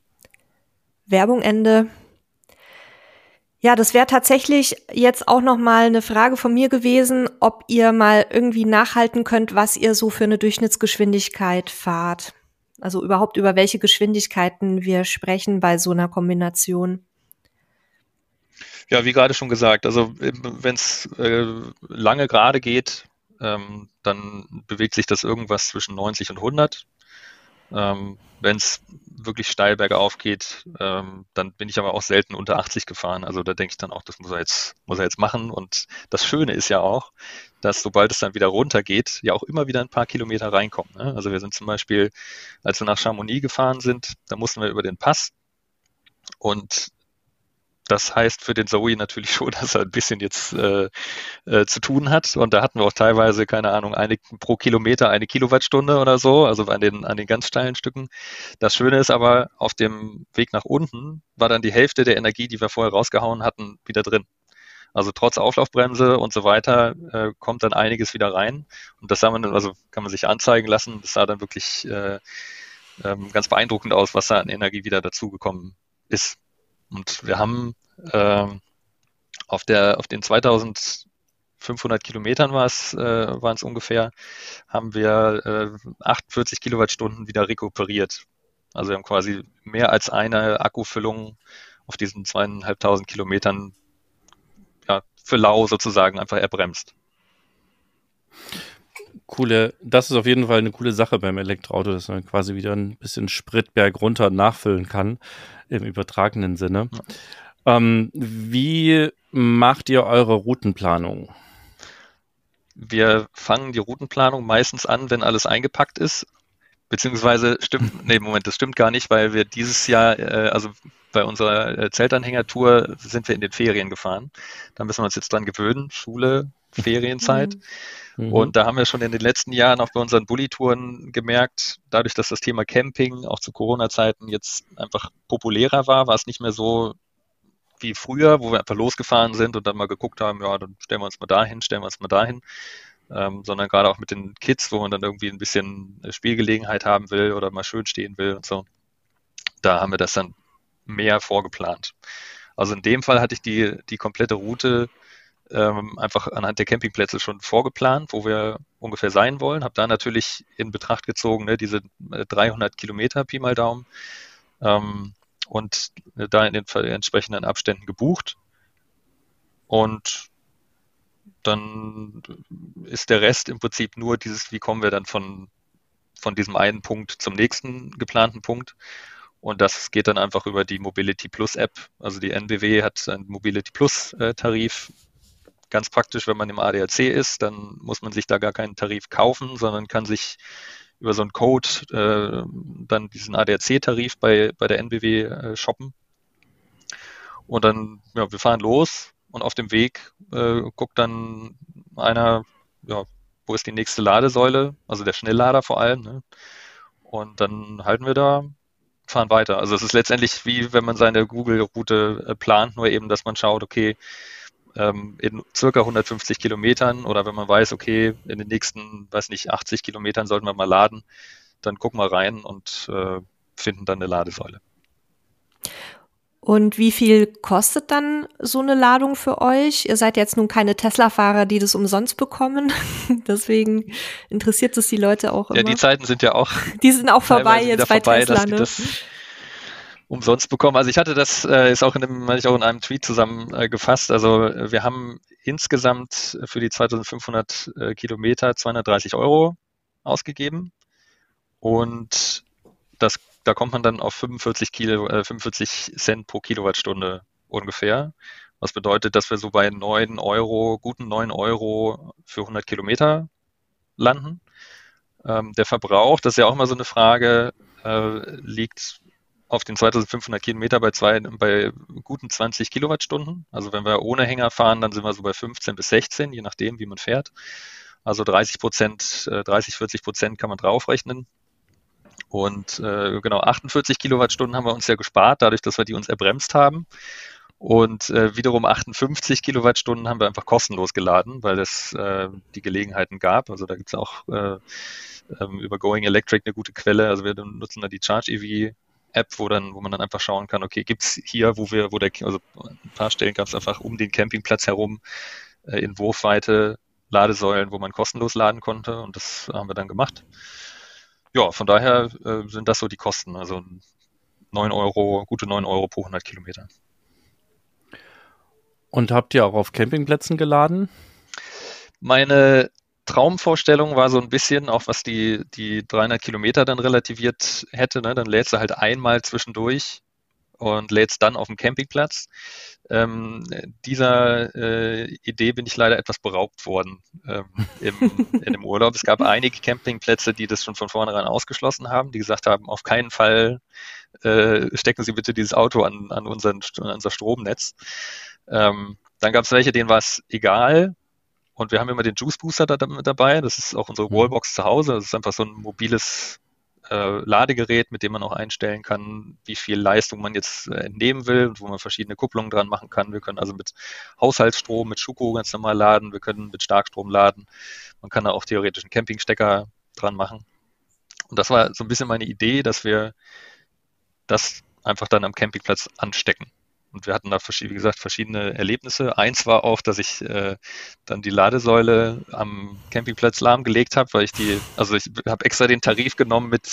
Werbung Ende. Ja, das wäre tatsächlich jetzt auch nochmal eine Frage von mir gewesen, ob ihr mal irgendwie nachhalten könnt, was ihr so für eine Durchschnittsgeschwindigkeit fahrt. Also überhaupt über welche Geschwindigkeiten wir sprechen bei so einer Kombination. Ja, wie gerade schon gesagt, also wenn es lange gerade geht, dann bewegt sich das irgendwas zwischen 90 und 100. Wenn es wirklich steil bergauf geht, dann bin ich aber auch selten unter 80 gefahren. Also da denke ich dann auch, das muss er jetzt machen. Und das Schöne ist ja auch, dass sobald es dann wieder runter geht, ja auch immer wieder ein paar Kilometer reinkommen. Ne? Also wir sind zum Beispiel, als wir nach Chamonix gefahren sind, da mussten wir über den Pass. Und das heißt für den Zoe natürlich schon, dass er ein bisschen jetzt zu tun hat. Und da hatten wir auch teilweise, keine Ahnung, pro Kilometer 1 Kilowattstunde oder so, also an den ganz steilen Stücken. Das Schöne ist aber, auf dem Weg nach unten war dann die Hälfte der Energie, die wir vorher rausgehauen hatten, wieder drin. Also trotz Auflaufbremse und so weiter kommt dann einiges wieder rein. Und das kann man sich anzeigen lassen. Das sah dann wirklich ganz beeindruckend aus, was da an Energie wieder dazugekommen ist. Und wir haben auf den 2500 Kilometern waren es ungefähr, haben wir 48 Kilowattstunden wieder rekuperiert. Also wir haben quasi mehr als eine Akkufüllung auf diesen 2500 Kilometern für lau sozusagen einfach erbremst. Das ist auf jeden Fall eine coole Sache beim Elektroauto, dass man quasi wieder ein bisschen Sprit bergunter nachfüllen kann, im übertragenen Sinne. Ja. Wie macht ihr eure Routenplanung? Wir fangen die Routenplanung meistens an, wenn alles eingepackt ist. Beziehungsweise das stimmt gar nicht, weil wir dieses Jahr, also bei unserer Zeltanhängertour sind wir in den Ferien gefahren. Da müssen wir uns jetzt dran gewöhnen, Schule, Ferienzeit. Mhm. Und da haben wir schon in den letzten Jahren auch bei unseren Bulli-Touren gemerkt, dadurch, dass das Thema Camping auch zu Corona-Zeiten jetzt einfach populärer war es nicht mehr so wie früher, wo wir einfach losgefahren sind und dann mal geguckt haben, ja, dann stellen wir uns mal dahin. Sondern gerade auch mit den Kids, wo man dann irgendwie ein bisschen Spielgelegenheit haben will oder mal schön stehen will und so. Da haben wir das dann mehr vorgeplant. Also in dem Fall hatte ich die komplette Route einfach anhand der Campingplätze schon vorgeplant, wo wir ungefähr sein wollen. Habe da natürlich in Betracht gezogen, diese 300 Kilometer Pi mal Daumen. und da in den entsprechenden Abständen gebucht. Und dann ist der Rest im Prinzip nur dieses, wie kommen wir dann von diesem einen Punkt zum nächsten geplanten Punkt. Und das geht dann einfach über die Mobility Plus App. Also die NBW hat einen Mobility Plus Tarif. Ganz praktisch, wenn man im ADAC ist, dann muss man sich da gar keinen Tarif kaufen, sondern kann sich über so einen Code dann diesen ADAC-Tarif bei der NBW shoppen. Und dann, ja, wir fahren los und auf dem Weg guckt dann einer, ja, wo ist die nächste Ladesäule, also der Schnelllader vor allem, ne? Und dann halten wir da, fahren weiter. Also es ist letztendlich wie wenn man seine Google-Route plant, nur eben, dass man schaut, okay, in circa 150 Kilometern oder wenn man weiß, okay, in den nächsten, 80 Kilometern sollten wir mal laden, dann gucken wir rein und finden dann eine Ladesäule. Und wie viel kostet dann so eine Ladung für euch? Ihr seid jetzt nun keine Tesla-Fahrer, die das umsonst bekommen. Deswegen interessiert es die Leute auch immer. Ja, die Zeiten sind ja auch. Die sind auch vorbei jetzt bei Tesla, ne? Das umsonst bekommen. Also ich hatte das, ist auch in einem Tweet zusammengefasst. Also wir haben insgesamt für die 2500 Kilometer 230 € ausgegeben. Und da kommt man dann auf 45 Cent pro Kilowattstunde ungefähr. Was bedeutet, dass wir so bei guten 9 € für 100 Kilometer landen. Der Verbrauch, das ist ja auch immer so eine Frage, liegt auf den 2500 Kilometer bei guten 20 Kilowattstunden. Also wenn wir ohne Hänger fahren, dann sind wir so bei 15 bis 16, je nachdem, wie man fährt. Also 40% kann man draufrechnen. Und genau, 48 Kilowattstunden haben wir uns ja gespart, dadurch, dass wir die uns erbremst haben. Und wiederum 58 Kilowattstunden haben wir einfach kostenlos geladen, weil es die Gelegenheiten gab. Also da gibt es auch über Going Electric eine gute Quelle. Also wir nutzen da die Charge EV App, wo man dann einfach schauen kann, okay, gibt's hier, also ein paar Stellen gab es einfach um den Campingplatz herum in Wurfweite Ladesäulen, wo man kostenlos laden konnte, und das haben wir dann gemacht. Ja, von daher sind das so die Kosten, also 9 €, gute 9 € pro 100 Kilometer. Und habt ihr auch auf Campingplätzen geladen? Meine Traumvorstellung war so ein bisschen, auch was die 300 Kilometer dann relativiert hätte, ne? Dann lädst du halt einmal zwischendurch und lädst dann auf dem Campingplatz. Dieser Idee bin ich leider etwas beraubt worden in dem Urlaub. Es gab einige Campingplätze, die das schon von vornherein ausgeschlossen haben, die gesagt haben, auf keinen Fall stecken Sie bitte dieses Auto an unser Stromnetz. Dann gab es welche, denen war es egal. Und wir haben immer den Juice Booster dabei. Das ist auch unsere Wallbox zu Hause. Das ist einfach so ein mobiles Ladegerät, mit dem man auch einstellen kann, wie viel Leistung man jetzt entnehmen will und wo man verschiedene Kupplungen dran machen kann. Wir können also mit Haushaltsstrom, mit Schuko ganz normal laden. Wir können mit Starkstrom laden. Man kann da auch theoretisch einen Campingstecker dran machen. Und das war so ein bisschen meine Idee, dass wir das einfach dann am Campingplatz anstecken. Und wir hatten da, wie gesagt, verschiedene Erlebnisse. Eins war auch, dass ich dann die Ladesäule am Campingplatz lahmgelegt habe, weil ich habe extra den Tarif genommen mit,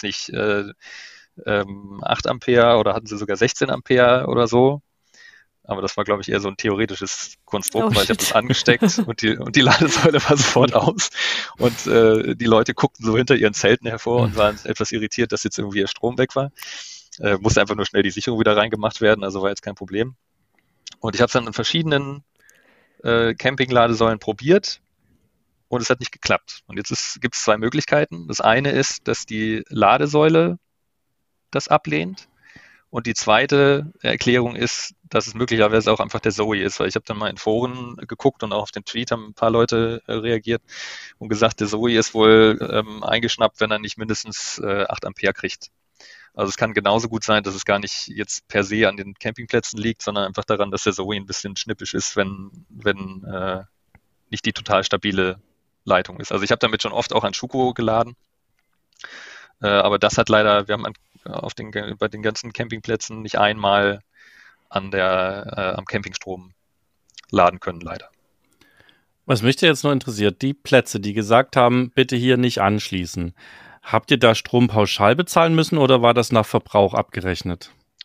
8 Ampere oder hatten sie sogar 16 Ampere oder so. Aber das war, glaube ich, eher so ein theoretisches Konstrukt, weil ich habe das angesteckt und die Ladesäule war sofort aus. Und die Leute guckten so hinter ihren Zelten hervor und waren etwas irritiert, dass jetzt irgendwie ihr Strom weg war. Musste einfach nur schnell die Sicherung wieder reingemacht werden, also war jetzt kein Problem. Und ich habe es dann in verschiedenen Camping-Ladesäulen probiert und es hat nicht geklappt. Und jetzt gibt es 2 Möglichkeiten. Das eine ist, dass die Ladesäule das ablehnt. Und die zweite Erklärung ist, dass es möglicherweise auch einfach der Zoe ist, weil ich habe dann mal in Foren geguckt und auch auf den Tweet haben ein paar Leute reagiert und gesagt, der Zoe ist wohl eingeschnappt, wenn er nicht mindestens 8 Ampere kriegt. Also es kann genauso gut sein, dass es gar nicht jetzt per se an den Campingplätzen liegt, sondern einfach daran, dass der Zoe ein bisschen schnippisch ist, wenn nicht die total stabile Leitung ist. Also ich habe damit schon oft auch an Schuko geladen, aber das hat leider, wir haben bei den ganzen Campingplätzen nicht einmal am Campingstrom laden können, leider. Was mich jetzt noch interessiert, die Plätze, die gesagt haben, bitte hier nicht anschließen. Habt ihr da Strom pauschal bezahlen müssen oder war das nach Verbrauch abgerechnet?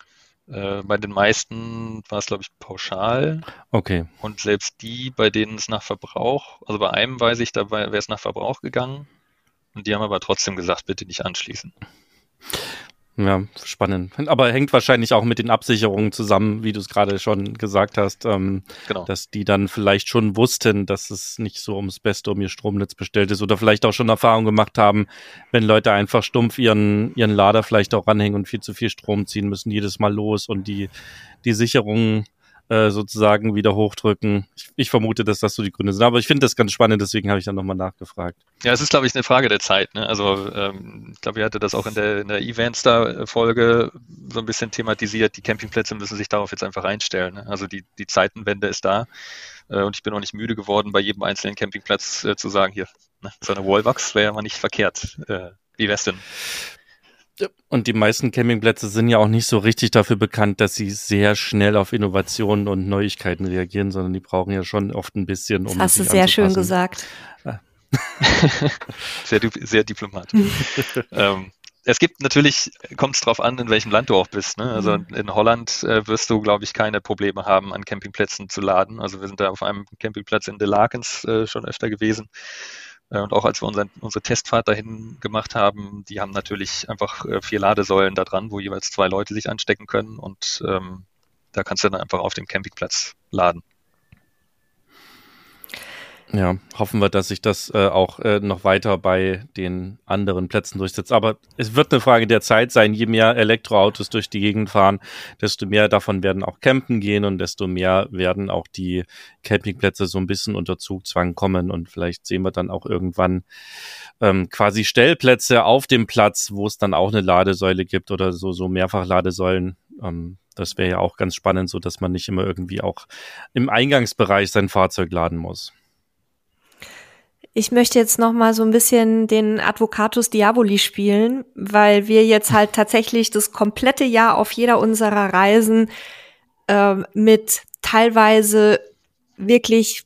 Bei den meisten war es, glaube ich, pauschal. Okay. Und selbst die, bei denen es nach Verbrauch, also bei einem weiß ich, da wäre es nach Verbrauch gegangen. Und die haben aber trotzdem gesagt, bitte nicht anschließen. Ja, spannend. Aber hängt wahrscheinlich auch mit den Absicherungen zusammen, wie du es gerade schon gesagt hast, Genau. dass die dann vielleicht schon wussten, dass es nicht so ums Beste um ihr Stromnetz bestellt ist oder vielleicht auch schon Erfahrung gemacht haben, wenn Leute einfach stumpf ihren Lader vielleicht auch ranhängen und viel zu viel Strom ziehen müssen, jedes Mal los und die Sicherungen sozusagen wieder hochdrücken. Ich vermute, dass das so die Gründe sind. Aber ich finde das ganz spannend, deswegen habe ich dann nochmal nachgefragt. Ja, es ist, glaube ich, eine Frage der Zeit. Ne? Also ich glaube, ihr hattet das auch in der Events-Folge so ein bisschen thematisiert. Die Campingplätze müssen sich darauf jetzt einfach einstellen. Ne? Also die Zeitenwende ist da. Und ich bin auch nicht müde geworden, bei jedem einzelnen Campingplatz zu sagen, hier, ne, so eine Wallbox wäre ja mal nicht verkehrt. Wie wär's denn? Und die meisten Campingplätze sind ja auch nicht so richtig dafür bekannt, dass sie sehr schnell auf Innovationen und Neuigkeiten reagieren, sondern die brauchen ja schon oft ein bisschen, um das hast sich du sehr schön anzupassen. gesagt. Sehr diplomatisch. Es gibt natürlich, kommt es drauf an, in welchem Land du auch bist. Ne? Also in Holland wirst du, glaube ich, keine Probleme haben, an Campingplätzen zu laden. Also wir sind da auf einem Campingplatz in De Lakens schon öfter gewesen. Und auch als wir unsere Testfahrt dahin gemacht haben, die haben natürlich einfach 4 Ladesäulen da dran, wo jeweils 2 Leute sich anstecken können. Und da kannst du dann einfach auf dem Campingplatz laden. Ja, hoffen wir, dass sich das auch noch weiter bei den anderen Plätzen durchsetzt. Aber es wird eine Frage der Zeit sein. Je mehr Elektroautos durch die Gegend fahren, desto mehr davon werden auch campen gehen und desto mehr werden auch die Campingplätze so ein bisschen unter Zugzwang kommen. Und vielleicht sehen wir dann auch irgendwann quasi Stellplätze auf dem Platz, wo es dann auch eine Ladesäule gibt oder so Mehrfachladesäulen. Das wäre ja auch ganz spannend, so dass man nicht immer irgendwie auch im Eingangsbereich sein Fahrzeug laden muss. Ich möchte jetzt noch mal so ein bisschen den Advocatus Diaboli spielen, weil wir jetzt halt tatsächlich das komplette Jahr auf jeder unserer Reisen mit teilweise wirklich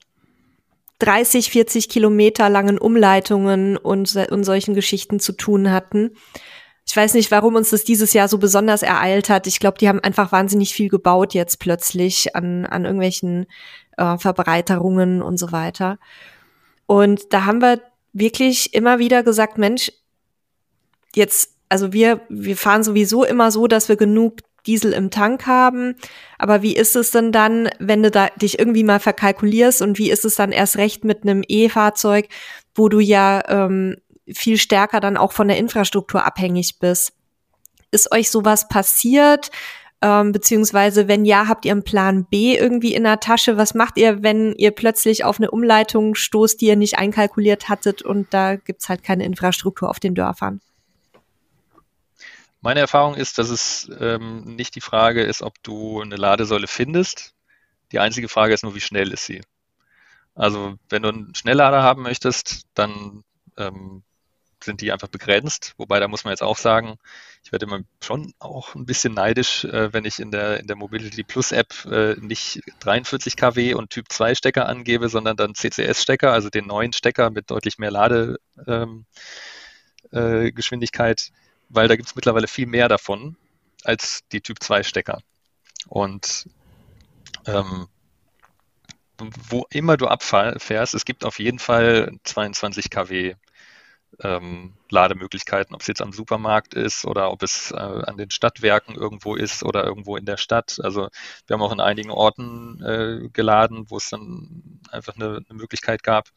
30, 40 Kilometer langen Umleitungen und solchen Geschichten zu tun hatten. Ich weiß nicht, warum uns das dieses Jahr so besonders ereilt hat. Ich glaube, die haben einfach wahnsinnig viel gebaut jetzt plötzlich an irgendwelchen Verbreiterungen und so weiter. Und da haben wir wirklich immer wieder gesagt, Mensch, jetzt, also wir fahren sowieso immer so, dass wir genug Diesel im Tank haben. Aber wie ist es denn dann, wenn du da dich irgendwie mal verkalkulierst und wie ist es dann erst recht mit einem E-Fahrzeug, wo du ja viel stärker dann auch von der Infrastruktur abhängig bist? Ist euch sowas passiert? Beziehungsweise, wenn ja, habt ihr einen Plan B irgendwie in der Tasche? Was macht ihr, wenn ihr plötzlich auf eine Umleitung stoßt, die ihr nicht einkalkuliert hattet und da gibt's halt keine Infrastruktur auf den Dörfern? Meine Erfahrung ist, dass es nicht die Frage ist, ob du eine Ladesäule findest. Die einzige Frage ist nur, wie schnell ist sie? Also wenn du einen Schnelllader haben möchtest, dann sind die einfach begrenzt. Wobei, da muss man jetzt auch sagen, ich werde immer schon auch ein bisschen neidisch, wenn ich in der Mobility Plus App nicht 43 kW und Typ 2 Stecker angebe, sondern dann CCS-Stecker, also den neuen Stecker mit deutlich mehr Ladegeschwindigkeit, weil da gibt es mittlerweile viel mehr davon als die Typ 2 Stecker. Und wo immer du abfährst, es gibt auf jeden Fall 22 kW Lademöglichkeiten, ob es jetzt am Supermarkt ist oder ob es an den Stadtwerken irgendwo ist oder irgendwo in der Stadt. Also wir haben auch in einigen Orten geladen, wo es dann einfach eine Möglichkeit gab.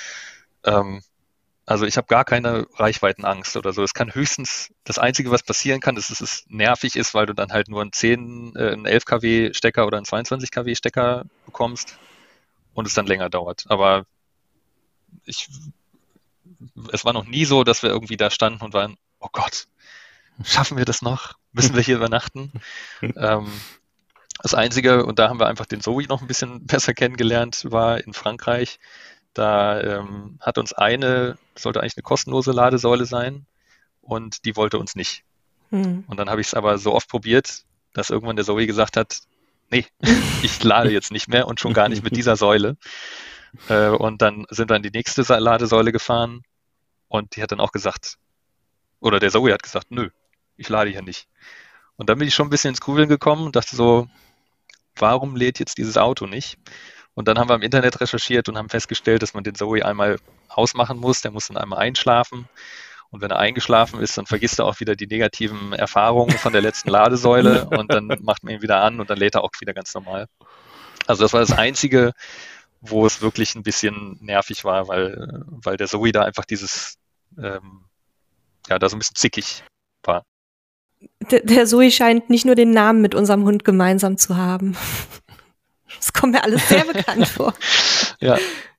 Also ich habe gar keine Reichweitenangst oder so. Es kann höchstens, das Einzige, was passieren kann, ist, dass es nervig ist, weil du dann halt nur einen 11 kW Stecker oder einen 22 kW Stecker bekommst und es dann länger dauert. Aber es war noch nie so, dass wir irgendwie da standen und waren, oh Gott, schaffen wir das noch? Müssen wir hier übernachten? Das Einzige, und da haben wir einfach den Zoe noch ein bisschen besser kennengelernt, war in Frankreich. Da hat uns sollte eigentlich eine kostenlose Ladesäule sein und die wollte uns nicht. Und dann habe ich es aber so oft probiert, dass irgendwann der Zoe gesagt hat, nee, ich lade jetzt nicht mehr und schon gar nicht mit dieser Säule. Und dann sind wir an die nächste Ladesäule gefahren und die hat dann auch gesagt, oder der Zoe hat gesagt, nö, ich lade hier nicht. Und dann bin ich schon ein bisschen ins Grübeln gekommen und dachte so, warum lädt jetzt dieses Auto nicht? Und dann haben wir im Internet recherchiert und haben festgestellt, dass man den Zoe einmal ausmachen muss. Der muss dann einmal einschlafen. Und wenn er eingeschlafen ist, dann vergisst er auch wieder die negativen Erfahrungen von der letzten Ladesäule und dann macht man ihn wieder an und dann lädt er auch wieder ganz normal. Also das war das Einzige, wo es wirklich ein bisschen nervig war, weil der Zoe da einfach dieses, da so ein bisschen zickig war. Der Zoe scheint nicht nur den Namen mit unserem Hund gemeinsam zu haben. Das kommt mir alles sehr bekannt vor. Ja.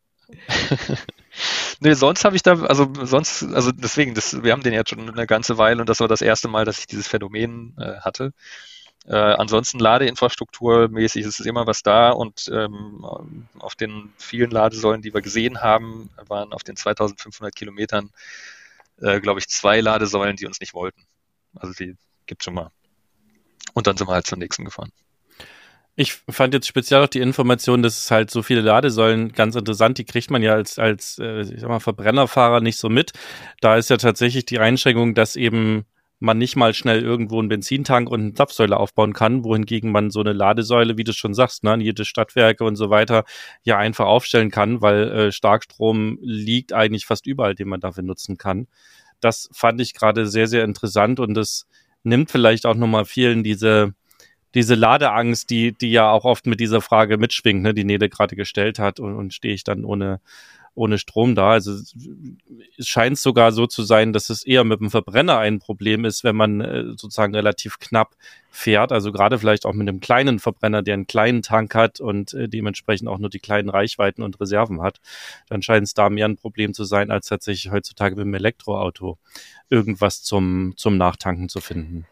Nee, sonst habe ich da, deswegen, wir haben den jetzt schon eine ganze Weile und das war das erste Mal, dass ich dieses Phänomen hatte. Ansonsten ladeinfrastrukturmäßig ist es immer was da und auf den vielen Ladesäulen, die wir gesehen haben, waren auf den 2500 Kilometern, glaube ich, 2 Ladesäulen, die uns nicht wollten. Also die gibt schon mal. Und dann sind wir halt zur nächsten gefahren. Ich fand jetzt speziell auch die Information, dass es halt so viele Ladesäulen ganz interessant, die kriegt man ja als ich sag mal, Verbrennerfahrer nicht so mit. Da ist ja tatsächlich die Einschränkung, dass eben man nicht mal schnell irgendwo einen Benzintank und eine Zapfsäule aufbauen kann, wohingegen man so eine Ladesäule, wie du schon sagst, ne, jede Stadtwerke und so weiter, ja einfach aufstellen kann, weil Starkstrom liegt eigentlich fast überall, den man dafür nutzen kann. Das fand ich gerade sehr, sehr interessant und das nimmt vielleicht auch nochmal vielen diese Ladeangst, die ja auch oft mit dieser Frage mitschwingt, ne, die Nele gerade gestellt hat und stehe ich dann ohne Strom da. Also es scheint sogar so zu sein, dass es eher mit dem Verbrenner ein Problem ist, wenn man sozusagen relativ knapp fährt. Also gerade vielleicht auch mit einem kleinen Verbrenner, der einen kleinen Tank hat und dementsprechend auch nur die kleinen Reichweiten und Reserven hat. Dann scheint es da mehr ein Problem zu sein, als tatsächlich heutzutage mit dem Elektroauto irgendwas zum Nachtanken zu finden.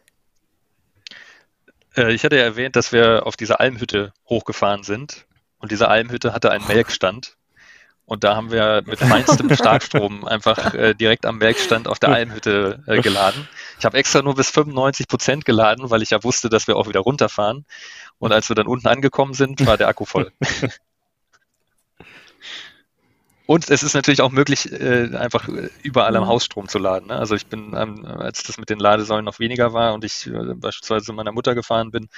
Ich hatte ja erwähnt, dass wir auf diese Almhütte hochgefahren sind und diese Almhütte hatte einen Melkstand und da haben wir mit feinstem Starkstrom einfach direkt am Melkstand auf der Almhütte geladen. Ich habe extra nur bis 95% geladen, weil ich ja wusste, dass wir auch wieder runterfahren und als wir dann unten angekommen sind, war der Akku voll. Und es ist natürlich auch möglich, einfach überall am Hausstrom zu laden. Ne? Also ich bin, als das mit den Ladesäulen noch weniger war und ich beispielsweise zu meiner Mutter gefahren bin,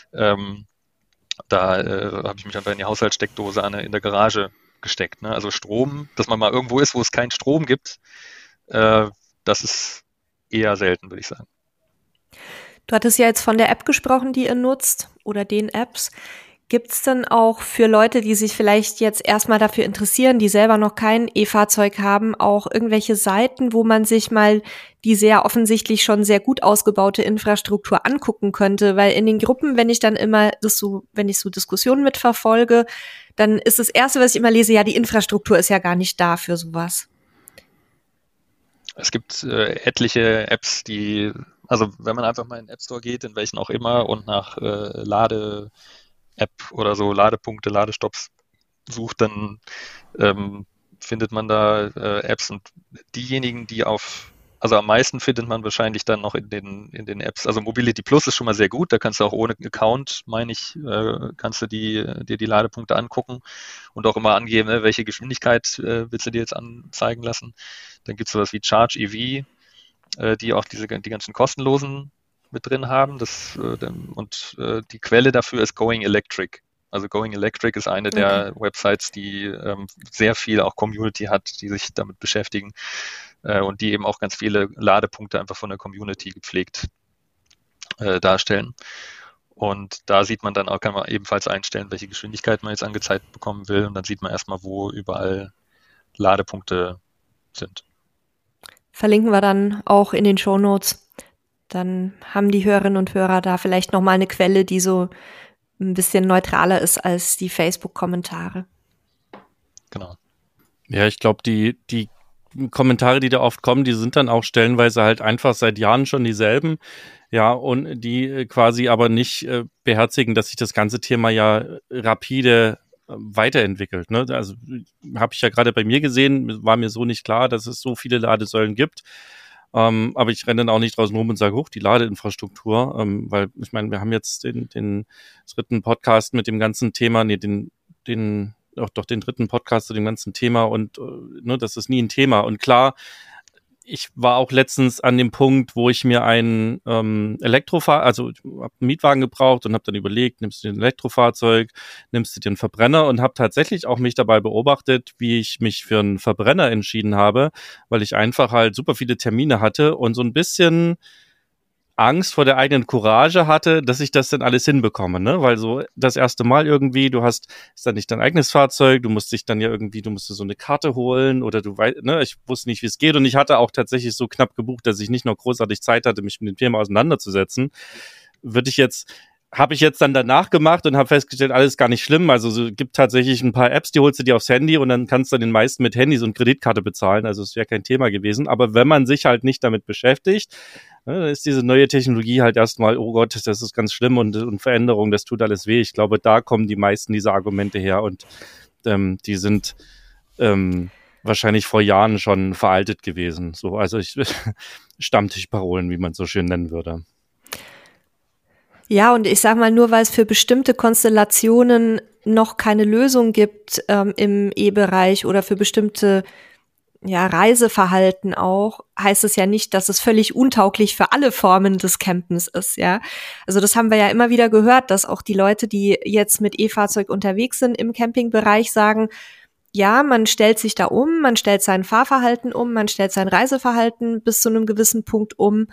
da habe ich mich einfach in die Haushaltssteckdose in der Garage gesteckt. Ne? Also Strom, dass man mal irgendwo ist, wo es keinen Strom gibt, das ist eher selten, würde ich sagen. Du hattest ja jetzt von der App gesprochen, die ihr nutzt oder den Apps. Gibt's denn auch für Leute, die sich vielleicht jetzt erstmal dafür interessieren, die selber noch kein E-Fahrzeug haben, auch irgendwelche Seiten, wo man sich mal die sehr offensichtlich schon sehr gut ausgebaute Infrastruktur angucken könnte? Weil in den Gruppen, wenn ich so Diskussionen mitverfolge, dann ist das Erste, was ich immer lese, ja, die Infrastruktur ist ja gar nicht da für sowas. Es gibt etliche Apps, also wenn man einfach mal in den App Store geht, in welchen auch immer, und nach App oder so Ladepunkte, Ladestops sucht, dann findet man da Apps und diejenigen, also am meisten findet man wahrscheinlich dann noch in den Apps. Also Mobility Plus ist schon mal sehr gut, da kannst du auch ohne Account, meine ich, kannst du dir die Ladepunkte angucken und auch immer angeben, ne, welche Geschwindigkeit willst du dir jetzt anzeigen lassen. Dann gibt es sowas wie Charge EV, die auch die ganzen kostenlosen mit drin haben. Die Quelle dafür ist Going Electric. Also Going Electric ist eine der Websites, die sehr viel auch Community hat, die sich damit beschäftigen und die eben auch ganz viele Ladepunkte einfach von der Community gepflegt darstellen. Und da sieht man dann auch, kann man ebenfalls einstellen, welche Geschwindigkeit man jetzt angezeigt bekommen will. Und dann sieht man erstmal, wo überall Ladepunkte sind. Verlinken wir dann auch in den Shownotes. Dann haben die Hörerinnen und Hörer da vielleicht noch mal eine Quelle, die so ein bisschen neutraler ist als die Facebook-Kommentare. Genau. Ja, ich glaube, die Kommentare, die da oft kommen, die sind dann auch stellenweise halt einfach seit Jahren schon dieselben. Ja, und die quasi aber nicht beherzigen, dass sich das ganze Thema ja rapide weiterentwickelt. Ne? Also habe ich ja gerade bei mir gesehen, war mir so nicht klar, dass es so viele Ladesäulen gibt. Aber ich renne dann auch nicht draußen rum und sage, die Ladeinfrastruktur, weil ich meine, wir haben jetzt den dritten Podcast mit dem ganzen Thema, den dritten Podcast zu dem ganzen Thema und das ist nie ein Thema. Und klar, ich war auch letztens an dem Punkt, wo ich mir einen also ich hab einen Mietwagen gebraucht und habe dann überlegt, nimmst du den Elektrofahrzeug, nimmst du den Verbrenner und habe tatsächlich auch mich dabei beobachtet, wie ich mich für einen Verbrenner entschieden habe, weil ich einfach halt super viele Termine hatte und so ein bisschen Angst vor der eigenen Courage hatte, dass ich das dann alles hinbekomme, ne? Weil so das erste Mal irgendwie, ist dann nicht dein eigenes Fahrzeug, du musst so eine Karte holen oder du weißt, ne? Ich wusste nicht, wie es geht und ich hatte auch tatsächlich so knapp gebucht, dass ich nicht noch großartig Zeit hatte, mich mit dem Thema auseinanderzusetzen. Habe ich jetzt dann danach gemacht und habe festgestellt, alles gar nicht schlimm. Also es gibt tatsächlich ein paar Apps, die holst du dir aufs Handy und dann kannst du den meisten mit Handys und Kreditkarte bezahlen. Also es wäre kein Thema gewesen. Aber wenn man sich halt nicht damit beschäftigt, dann ist diese neue Technologie halt erstmal, oh Gott, das ist ganz schlimm und Veränderung, das tut alles weh. Ich glaube, da kommen die meisten dieser Argumente her und die sind wahrscheinlich vor Jahren schon veraltet gewesen. So, also Stammtischparolen, wie man es so schön nennen würde. Ja, und ich sag mal, nur weil es für bestimmte Konstellationen noch keine Lösung gibt im E-Bereich oder für bestimmte Reiseverhalten auch, heißt es ja nicht, dass es völlig untauglich für alle Formen des Campens ist, ja. Also das haben wir ja immer wieder gehört, dass auch die Leute, die jetzt mit E-Fahrzeug unterwegs sind im Campingbereich, sagen, ja, man stellt sich da um, man stellt sein Fahrverhalten um, man stellt sein Reiseverhalten bis zu einem gewissen Punkt um.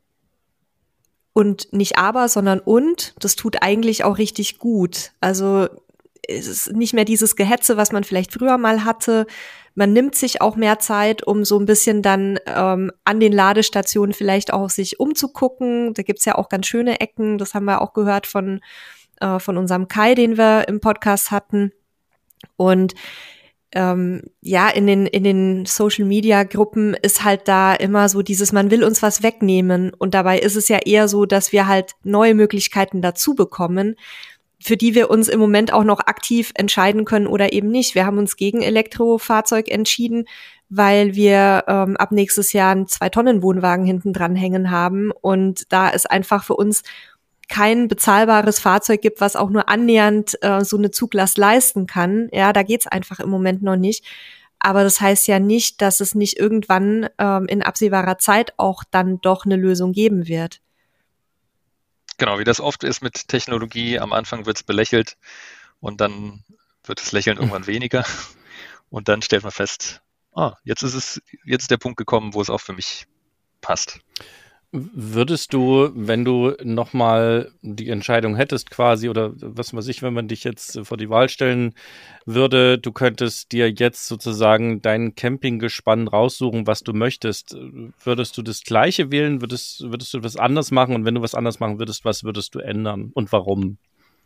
Und nicht aber, sondern und. Das tut eigentlich auch richtig gut. Also es ist nicht mehr dieses Gehetze, was man vielleicht früher mal hatte. Man nimmt sich auch mehr Zeit, um so ein bisschen dann an den Ladestationen vielleicht auch sich umzugucken. Da gibt's ja auch ganz schöne Ecken. Das haben wir auch gehört von unserem Kai, den wir im Podcast hatten. Und in den Social-Media-Gruppen ist halt da immer so dieses, man will uns was wegnehmen. Und dabei ist es ja eher so, dass wir halt neue Möglichkeiten dazu bekommen, für die wir uns im Moment auch noch aktiv entscheiden können oder eben nicht. Wir haben uns gegen Elektrofahrzeug entschieden, weil wir ab nächstes Jahr einen 2-Tonnen-Wohnwagen hinten dran hängen haben. Und da ist einfach für uns kein bezahlbares Fahrzeug gibt, was auch nur annähernd so eine Zuglast leisten kann. Ja, da geht's einfach im Moment noch nicht. Aber das heißt ja nicht, dass es nicht irgendwann in absehbarer Zeit auch dann doch eine Lösung geben wird. Genau, wie das oft ist mit Technologie, am Anfang wird es belächelt und dann wird das Lächeln irgendwann weniger und dann stellt man fest, jetzt ist der Punkt gekommen, wo es auch für mich passt. Würdest du, wenn du nochmal die Entscheidung hättest quasi, oder was weiß ich, wenn man dich jetzt vor die Wahl stellen würde, du könntest dir jetzt sozusagen dein Campinggespann raussuchen, was du möchtest, würdest du das Gleiche wählen, würdest du was anders machen? Und wenn du was anders machen würdest, was würdest du ändern und warum?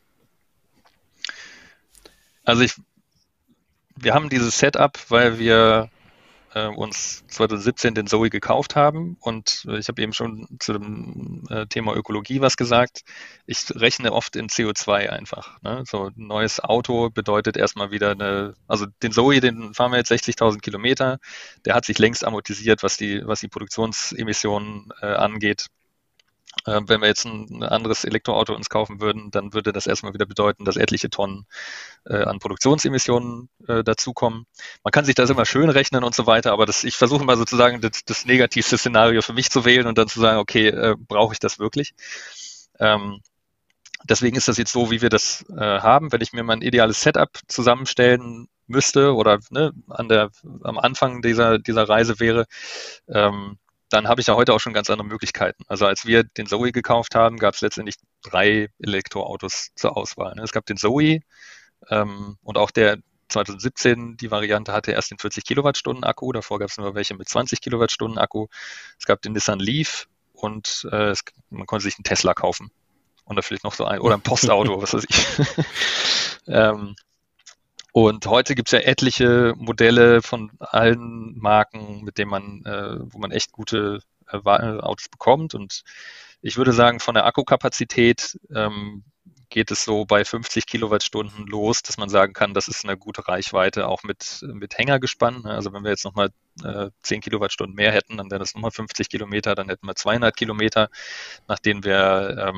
Also wir haben dieses Setup, weil wir uns 2017 den Zoe gekauft haben und ich habe eben schon zu dem Thema Ökologie was gesagt. Ich rechne oft in CO2 einfach. Ne? So ein neues Auto bedeutet erstmal wieder also den Zoe, den fahren wir jetzt 60.000 Kilometer, der hat sich längst amortisiert, was die Produktionsemissionen angeht. Wenn wir jetzt ein anderes Elektroauto uns kaufen würden, dann würde das erstmal wieder bedeuten, dass etliche Tonnen an Produktionsemissionen dazukommen. Man kann sich das immer schön rechnen und so weiter, aber ich versuche mal sozusagen das negativste Szenario für mich zu wählen und dann zu sagen, okay, brauche ich das wirklich? Deswegen ist das jetzt so, wie wir das haben. Wenn ich mir mein ideales Setup zusammenstellen müsste oder am Anfang dieser Reise wäre, dann habe ich ja heute auch schon ganz andere Möglichkeiten. Also als wir den Zoe gekauft haben, gab es letztendlich 3 Elektroautos zur Auswahl. Es gab den Zoe und auch der 2017, die Variante hatte erst den 40 Kilowattstunden Akku, davor gab es nur welche mit 20 Kilowattstunden Akku. Es gab den Nissan Leaf und man konnte sich einen Tesla kaufen. Oder vielleicht noch so oder ein Postauto, was weiß ich. Und heute gibt es ja etliche Modelle von allen Marken, mit denen wo man echt gute Autos bekommt. Und ich würde sagen, von der Akkukapazität geht es so bei 50 Kilowattstunden los, dass man sagen kann, das ist eine gute Reichweite, auch mit Hängergespann. Also wenn wir jetzt nochmal 10 Kilowattstunden mehr hätten, dann wären das nochmal 50 Kilometer, dann hätten wir 200 Kilometer, nach denen wir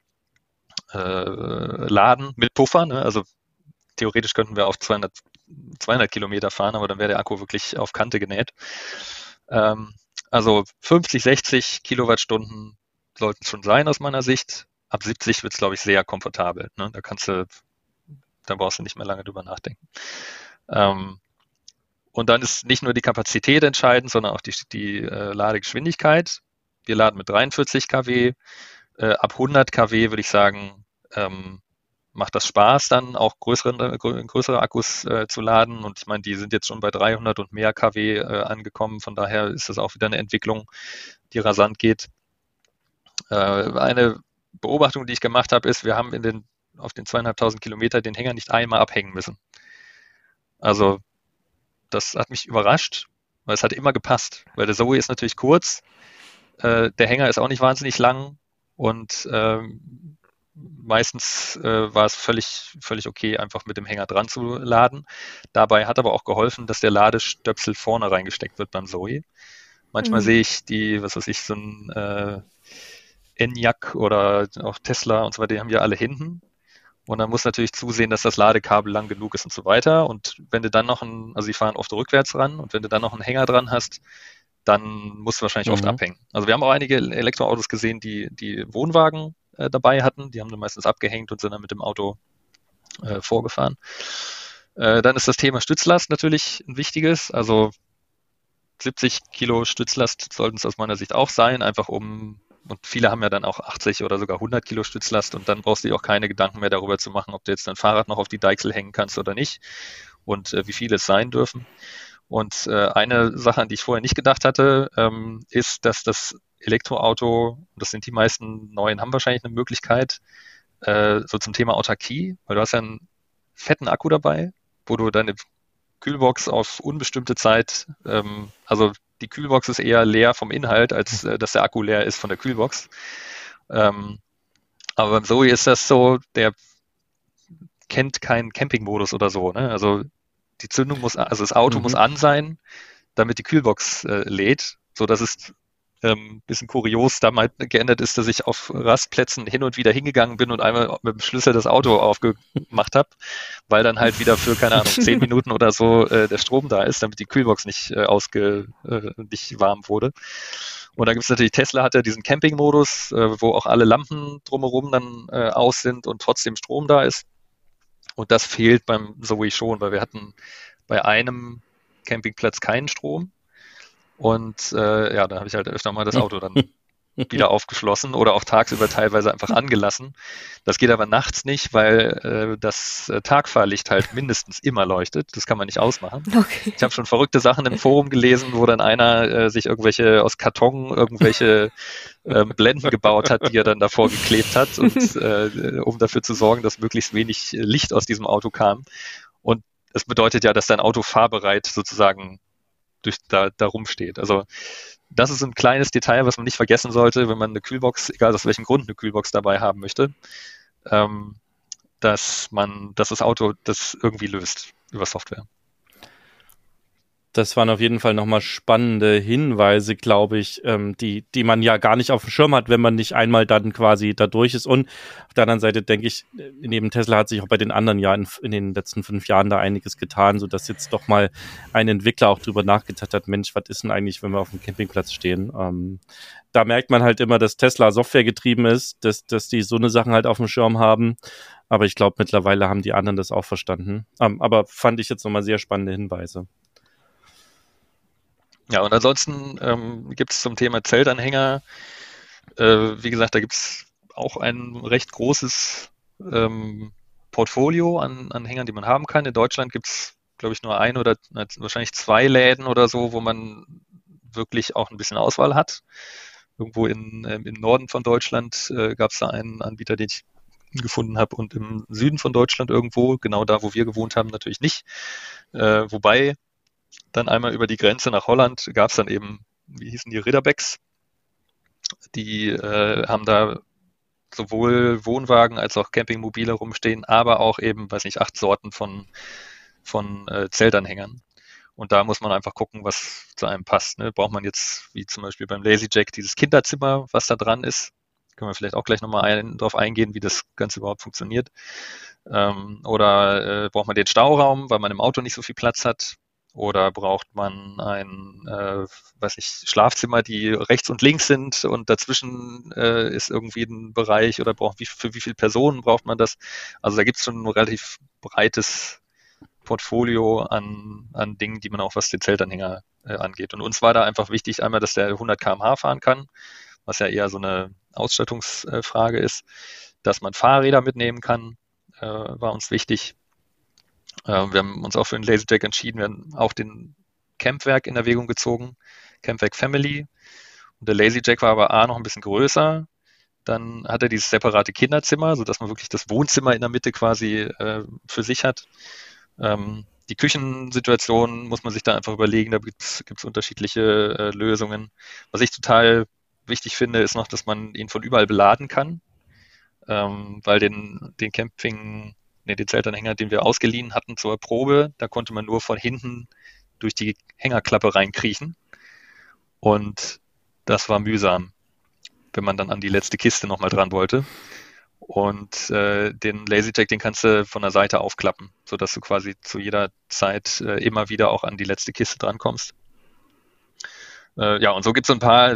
laden mit Puffer. Ne? Also theoretisch könnten wir auf 200 Kilometer fahren, aber dann wäre der Akku wirklich auf Kante genäht. Also 50, 60 Kilowattstunden sollten es schon sein aus meiner Sicht. Ab 70 wird es, glaube ich, sehr komfortabel. Ne? Da brauchst du nicht mehr lange drüber nachdenken. Und dann ist nicht nur die Kapazität entscheidend, sondern auch die Ladegeschwindigkeit. Wir laden mit 43 kW. Ab 100 kW würde ich sagen, macht das Spaß, dann auch größere Akkus zu laden. Und ich meine, die sind jetzt schon bei 300 und mehr kW angekommen. Von daher ist das auch wieder eine Entwicklung, die rasant geht. Eine Beobachtung, die ich gemacht habe, ist, wir haben auf den 2.500 Kilometer den Hänger nicht einmal abhängen müssen. Also das hat mich überrascht, weil es hat immer gepasst. Weil der Zoe ist natürlich kurz, der Hänger ist auch nicht wahnsinnig lang und meistens war es völlig okay, einfach mit dem Hänger dran zu laden. Dabei hat aber auch geholfen, dass der Ladestöpsel vorne reingesteckt wird beim Zoe. Manchmal sehe ich so ein Enyaq oder auch Tesla und so weiter, die haben ja alle hinten. Und dann muss natürlich zusehen, dass das Ladekabel lang genug ist und so weiter. Und wenn du dann noch also sie fahren oft rückwärts ran und wenn du dann noch einen Hänger dran hast, dann musst du wahrscheinlich oft abhängen. Also wir haben auch einige Elektroautos gesehen, die Wohnwagen dabei hatten. Die haben dann meistens abgehängt und sind dann mit dem Auto vorgefahren. Dann ist das Thema Stützlast natürlich ein wichtiges. Also 70 Kilo Stützlast sollten es aus meiner Sicht auch sein, einfach und viele haben ja dann auch 80 oder sogar 100 Kilo Stützlast und dann brauchst du dir auch keine Gedanken mehr darüber zu machen, ob du jetzt dein Fahrrad noch auf die Deichsel hängen kannst oder nicht und wie viele es sein dürfen. Und eine Sache, an die ich vorher nicht gedacht hatte, ist, dass das Elektroauto, das sind die meisten neuen, haben wahrscheinlich eine Möglichkeit, so zum Thema Autarkie, weil du hast ja einen fetten Akku dabei, wo du deine Kühlbox auf unbestimmte Zeit, also die Kühlbox ist eher leer vom Inhalt, als dass der Akku leer ist von der Kühlbox. Aber beim Zoe ist das so, der kennt keinen Campingmodus oder so. Ne? Also das Auto muss an sein, damit die Kühlbox lädt, so dass es ein bisschen kurios damals geändert ist, dass ich auf Rastplätzen hin und wieder hingegangen bin und einmal mit dem Schlüssel das Auto aufgemacht habe, weil dann halt wieder für, keine Ahnung, 10 Minuten oder so der Strom da ist, damit die Kühlbox nicht warm wurde. Und da gibt es natürlich, Tesla hat ja diesen Camping-Modus, wo auch alle Lampen drumherum dann aus sind und trotzdem Strom da ist. Und das fehlt beim Zoe schon, weil wir hatten bei einem Campingplatz keinen Strom. Und da habe ich halt öfter mal das Auto dann wieder aufgeschlossen oder auch tagsüber teilweise einfach angelassen. Das geht aber nachts nicht, weil das Tagfahrlicht halt mindestens immer leuchtet. Das kann man nicht ausmachen. Okay. Ich habe schon verrückte Sachen im Forum gelesen, wo dann einer sich aus Karton irgendwelche Blenden gebaut hat, die er dann davor geklebt hat, und um dafür zu sorgen, dass möglichst wenig Licht aus diesem Auto kam. Und das bedeutet ja, dass dein Auto fahrbereit sozusagen da rumsteht. Also das ist ein kleines Detail, was man nicht vergessen sollte, wenn man eine Kühlbox, egal aus welchem Grund, eine Kühlbox dabei haben möchte, dass das Auto das irgendwie löst über Software. Das waren auf jeden Fall nochmal spannende Hinweise, glaube ich, die man ja gar nicht auf dem Schirm hat, wenn man nicht einmal dann quasi da durch ist. Und auf der anderen Seite denke ich, neben Tesla hat sich auch bei den anderen Jahren in den letzten 5 Jahren da einiges getan, sodass jetzt doch mal ein Entwickler auch drüber nachgedacht hat, Mensch, was ist denn eigentlich, wenn wir auf dem Campingplatz stehen? Da merkt man halt immer, dass Tesla softwaregetrieben ist, dass die so eine Sachen halt auf dem Schirm haben. Aber ich glaube, mittlerweile haben die anderen das auch verstanden. Aber fand ich jetzt nochmal sehr spannende Hinweise. Ja, und ansonsten gibt es zum Thema Zeltanhänger, wie gesagt, da gibt es auch ein recht großes Portfolio an Hängern, die man haben kann. In Deutschland gibt es, glaube ich, nur ein oder wahrscheinlich 2 Läden oder so, wo man wirklich auch ein bisschen Auswahl hat. Irgendwo im Norden von Deutschland gab es da einen Anbieter, den ich gefunden habe, und im Süden von Deutschland irgendwo, genau da, wo wir gewohnt haben, natürlich nicht. Wobei dann einmal über die Grenze nach Holland gab es dann eben, wie hießen die, Ridderbecks. Die haben da sowohl Wohnwagen als auch Campingmobile rumstehen, aber auch eben, 8 Sorten von Zeltanhängern. Und da muss man einfach gucken, was zu einem passt. Ne? Braucht man jetzt, wie zum Beispiel beim LazyJack, dieses Kinderzimmer, was da dran ist? Können wir vielleicht auch gleich nochmal drauf eingehen, wie das Ganze überhaupt funktioniert. Oder braucht man den Stauraum, weil man im Auto nicht so viel Platz hat? Oder braucht man Schlafzimmer, die rechts und links sind und dazwischen ist irgendwie ein Bereich oder für wie viele Personen braucht man das? Also da gibt es schon ein relativ breites Portfolio an Dingen, die man auch was den Zeltanhänger angeht. Und uns war da einfach wichtig, einmal, dass der 100 km/h fahren kann, was ja eher so eine Ausstattungsfrage ist, dass man Fahrräder mitnehmen kann, war uns wichtig. Wir haben uns auch für den LazyJack entschieden. Wir haben auch den Campwerk in Erwägung gezogen, Campwerk Family. Und der LazyJack war aber noch ein bisschen größer. Dann hat er dieses separate Kinderzimmer, sodass man wirklich das Wohnzimmer in der Mitte quasi für sich hat. Die Küchensituation muss man sich da einfach überlegen. Da gibt's unterschiedliche Lösungen. Was ich total wichtig finde, ist noch, dass man ihn von überall beladen kann, weil den Zeltanhänger, den wir ausgeliehen hatten zur Probe, da konnte man nur von hinten durch die Hängerklappe reinkriechen. Und das war mühsam, wenn man dann an die letzte Kiste nochmal dran wollte. Und den LazyJack, den kannst du von der Seite aufklappen, sodass du quasi zu jeder Zeit immer wieder auch an die letzte Kiste drankommst. Und so gibt es so ein paar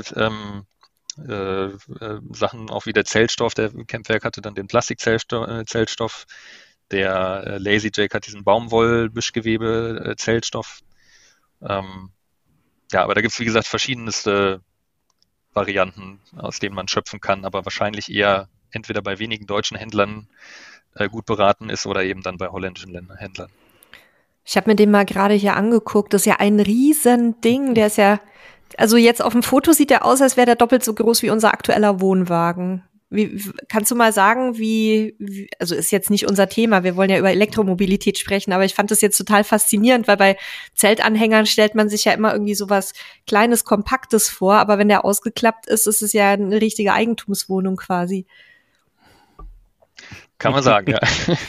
Sachen, auch wie der Zeltstoff. Der Campwerk hatte dann den Plastikzeltstoff. Der LazyJack hat diesen Baumwoll-Mischgewebe-Zeltstoff. Aber da gibt es, wie gesagt, verschiedenste Varianten, aus denen man schöpfen kann, aber wahrscheinlich eher entweder bei wenigen deutschen Händlern gut beraten ist oder eben dann bei holländischen Händlern. Ich habe mir den mal gerade hier angeguckt. Das ist ja ein Riesending. Der ist ja, also jetzt auf dem Foto sieht der aus, als wäre der doppelt so groß wie unser aktueller Wohnwagen. Kannst du mal sagen, also ist jetzt nicht unser Thema, wir wollen ja über Elektromobilität sprechen, aber ich fand das jetzt total faszinierend, weil bei Zeltanhängern stellt man sich ja immer irgendwie sowas Kleines, Kompaktes vor, aber wenn der ausgeklappt ist, ist es ja eine richtige Eigentumswohnung quasi. Kann man sagen, ja.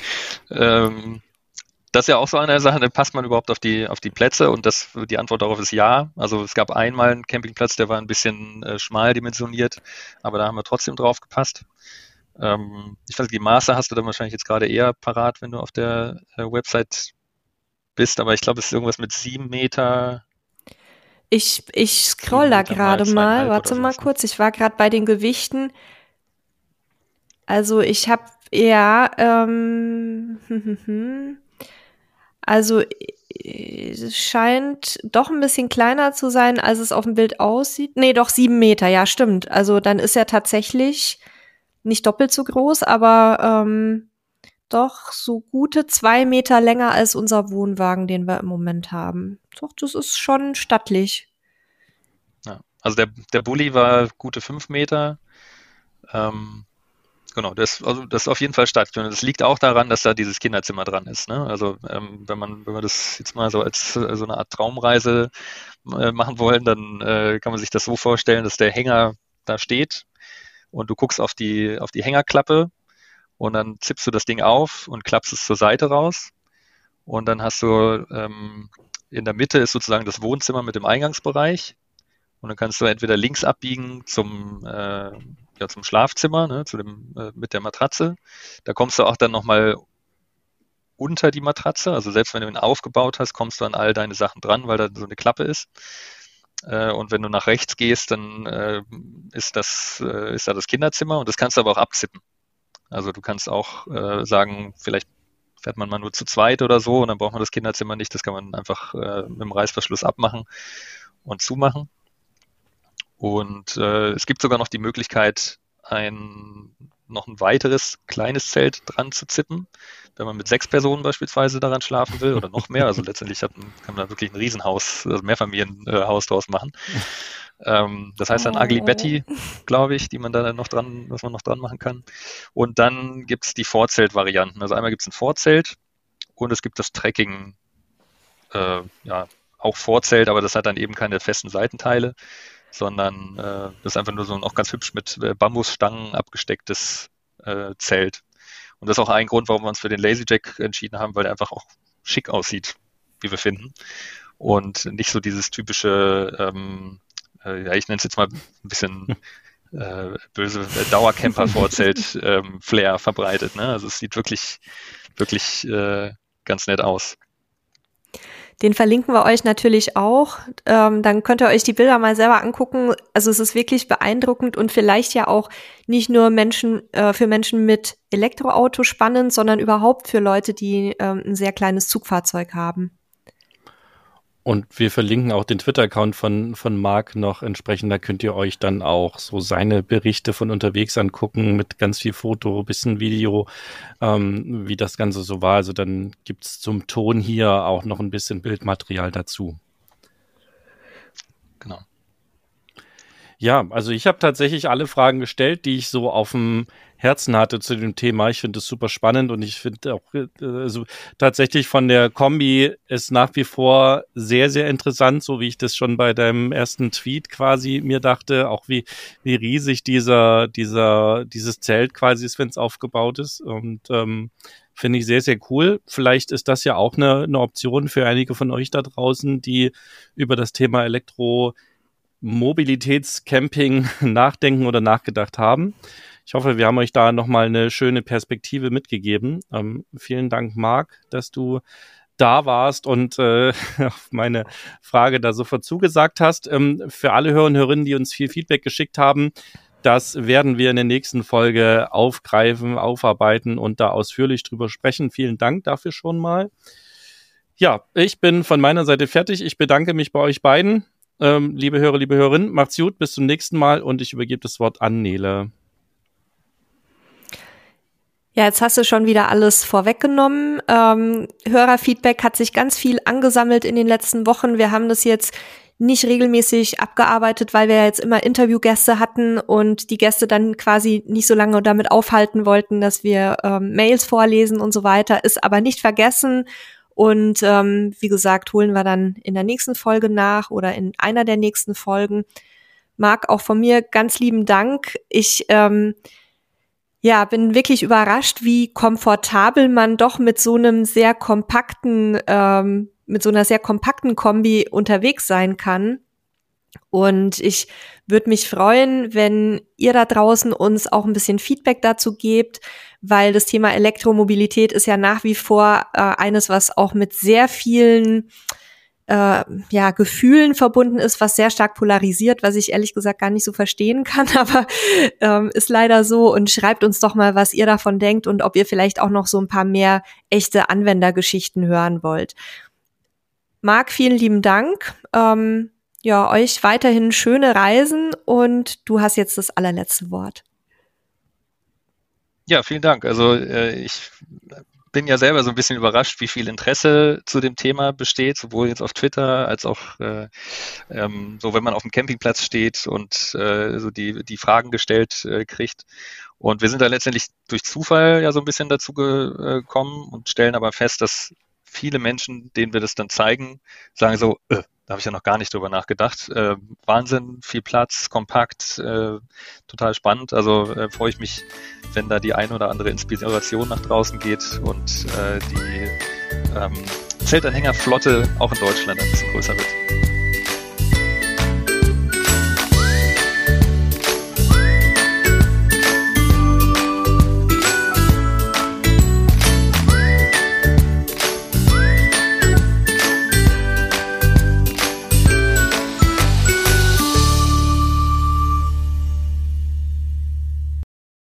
Das ist ja auch so eine Sache, passt man überhaupt auf die Plätze? Und die Antwort darauf ist ja. Also es gab einmal einen Campingplatz, der war ein bisschen schmal dimensioniert, aber da haben wir trotzdem drauf gepasst. Ich weiß nicht, die Maße hast du dann wahrscheinlich jetzt gerade eher parat, wenn du auf der Website bist, aber ich glaube, es ist irgendwas mit 7 Meter. Ich scroll da gerade mal, warte mal kurz, ich war gerade bei den Gewichten. Also ich habe also es scheint doch ein bisschen kleiner zu sein, als es auf dem Bild aussieht. Nee, doch 7 Meter, ja, stimmt. Also dann ist er tatsächlich nicht doppelt so groß, aber doch so gute 2 Meter länger als unser Wohnwagen, den wir im Moment haben. Doch, das ist schon stattlich. Ja, also der Bulli war gute 5 Meter. Genau, das ist auf jeden Fall stattlich. Und das liegt auch daran, dass da dieses Kinderzimmer dran ist. Ne? Also wenn wir das jetzt mal so als so eine Art Traumreise machen wollen, dann kann man sich das so vorstellen, dass der Hänger da steht und du guckst auf die Hängerklappe und dann zippst du das Ding auf und klappst es zur Seite raus. Und dann hast du in der Mitte ist sozusagen das Wohnzimmer mit dem Eingangsbereich. Und dann kannst du entweder links abbiegen zum Schlafzimmer, ne, mit der Matratze. Da kommst du auch dann nochmal unter die Matratze. Also selbst wenn du ihn aufgebaut hast, kommst du an all deine Sachen dran, weil da so eine Klappe ist. Und wenn du nach rechts gehst, dann ist da das Kinderzimmer und das kannst du aber auch abzippen. Also du kannst auch sagen, vielleicht fährt man mal nur zu zweit oder so und dann braucht man das Kinderzimmer nicht. Das kann man einfach mit dem Reißverschluss abmachen und zumachen. Und es gibt sogar noch die Möglichkeit, noch ein weiteres kleines Zelt dran zu zippen, wenn man mit 6 Personen beispielsweise daran schlafen will oder noch mehr. Also letztendlich kann man da wirklich ein Riesenhaus, also Mehrfamilienhaus draus machen. Das heißt dann Ugly Betty, glaube ich, was man noch dran machen kann. Und dann gibt es die Vorzelt-Varianten. Also einmal gibt es ein Vorzelt und es gibt das Trekking, auch Vorzelt, aber das hat dann eben keine festen Seitenteile, sondern das ist einfach nur so ein auch ganz hübsch mit Bambusstangen abgestecktes Zelt. Und das ist auch ein Grund, warum wir uns für den LazyJack entschieden haben, weil der einfach auch schick aussieht, wie wir finden. Und nicht so dieses typische, ich nenne es jetzt mal ein bisschen böse Dauercamper-Vorzelt-Flair verbreitet. Ne? Also es sieht wirklich, wirklich ganz nett aus. Den verlinken wir euch natürlich auch. Dann könnt ihr euch die Bilder mal selber angucken. Also es ist wirklich beeindruckend und vielleicht ja auch nicht nur für Menschen mit Elektroauto spannend, sondern überhaupt für Leute, die ein sehr kleines Zugfahrzeug haben. Und wir verlinken auch den Twitter-Account von Marc noch entsprechend. Da könnt ihr euch dann auch so seine Berichte von unterwegs angucken mit ganz viel Foto, bisschen Video, wie das Ganze so war. Also dann gibt's zum Ton hier auch noch ein bisschen Bildmaterial dazu. Genau. Ja, also ich habe tatsächlich alle Fragen gestellt, die ich so auf dem Herzen hatte zu dem Thema. Ich finde es super spannend und ich finde auch also tatsächlich von der Kombi ist nach wie vor sehr, sehr interessant, so wie ich das schon bei deinem ersten Tweet quasi mir dachte, auch wie riesig dieses Zelt quasi ist, wenn es aufgebaut ist und finde ich sehr, sehr cool. Vielleicht ist das ja auch eine Option für einige von euch da draußen, die über das Thema Mobilitätscamping nachdenken oder nachgedacht haben. Ich hoffe, wir haben euch da nochmal eine schöne Perspektive mitgegeben. Vielen Dank, Marc, dass du da warst und auf meine Frage da sofort zugesagt hast. Für alle Hörer und Hörerinnen, die uns viel Feedback geschickt haben, das werden wir in der nächsten Folge aufgreifen, aufarbeiten und da ausführlich drüber sprechen. Vielen Dank dafür schon mal. Ja, ich bin von meiner Seite fertig. Ich bedanke mich bei euch beiden. Liebe Hörer, liebe Hörerinnen, macht's gut, bis zum nächsten Mal und ich übergebe das Wort an Nele. Ja, jetzt hast du schon wieder alles vorweggenommen. Hörerfeedback hat sich ganz viel angesammelt in den letzten Wochen. Wir haben das jetzt nicht regelmäßig abgearbeitet, weil wir jetzt immer Interviewgäste hatten und die Gäste dann quasi nicht so lange damit aufhalten wollten, dass wir Mails vorlesen und so weiter. Ist aber nicht vergessen. Und wie gesagt, holen wir dann in der nächsten Folge nach oder in einer der nächsten Folgen. Marc, auch von mir ganz lieben Dank. Ich bin wirklich überrascht, wie komfortabel man doch mit so einer sehr kompakten Kombi unterwegs sein kann. Und ich würde mich freuen, wenn ihr da draußen uns auch ein bisschen Feedback dazu gebt, weil das Thema Elektromobilität ist ja nach wie vor eines, was auch mit sehr vielen Gefühlen verbunden ist, was sehr stark polarisiert, was ich ehrlich gesagt gar nicht so verstehen kann, aber ist leider so. Und schreibt uns doch mal, was ihr davon denkt und ob ihr vielleicht auch noch so ein paar mehr echte Anwendergeschichten hören wollt. Marc, vielen lieben Dank. Euch weiterhin schöne Reisen und du hast jetzt das allerletzte Wort. Ja, vielen Dank. Also ich bin ja selber so ein bisschen überrascht, wie viel Interesse zu dem Thema besteht, sowohl jetzt auf Twitter als auch so, wenn man auf dem Campingplatz steht und so die Fragen gestellt kriegt. Und wir sind da letztendlich durch Zufall ja so ein bisschen dazu gekommen und stellen aber fest, dass viele Menschen, denen wir das dann zeigen, sagen so, da habe ich ja noch gar nicht drüber nachgedacht. Wahnsinn, viel Platz, kompakt, total spannend. Also freue ich mich, wenn da die ein oder andere Inspiration nach draußen geht und die Zeltanhängerflotte auch in Deutschland ein bisschen größer wird.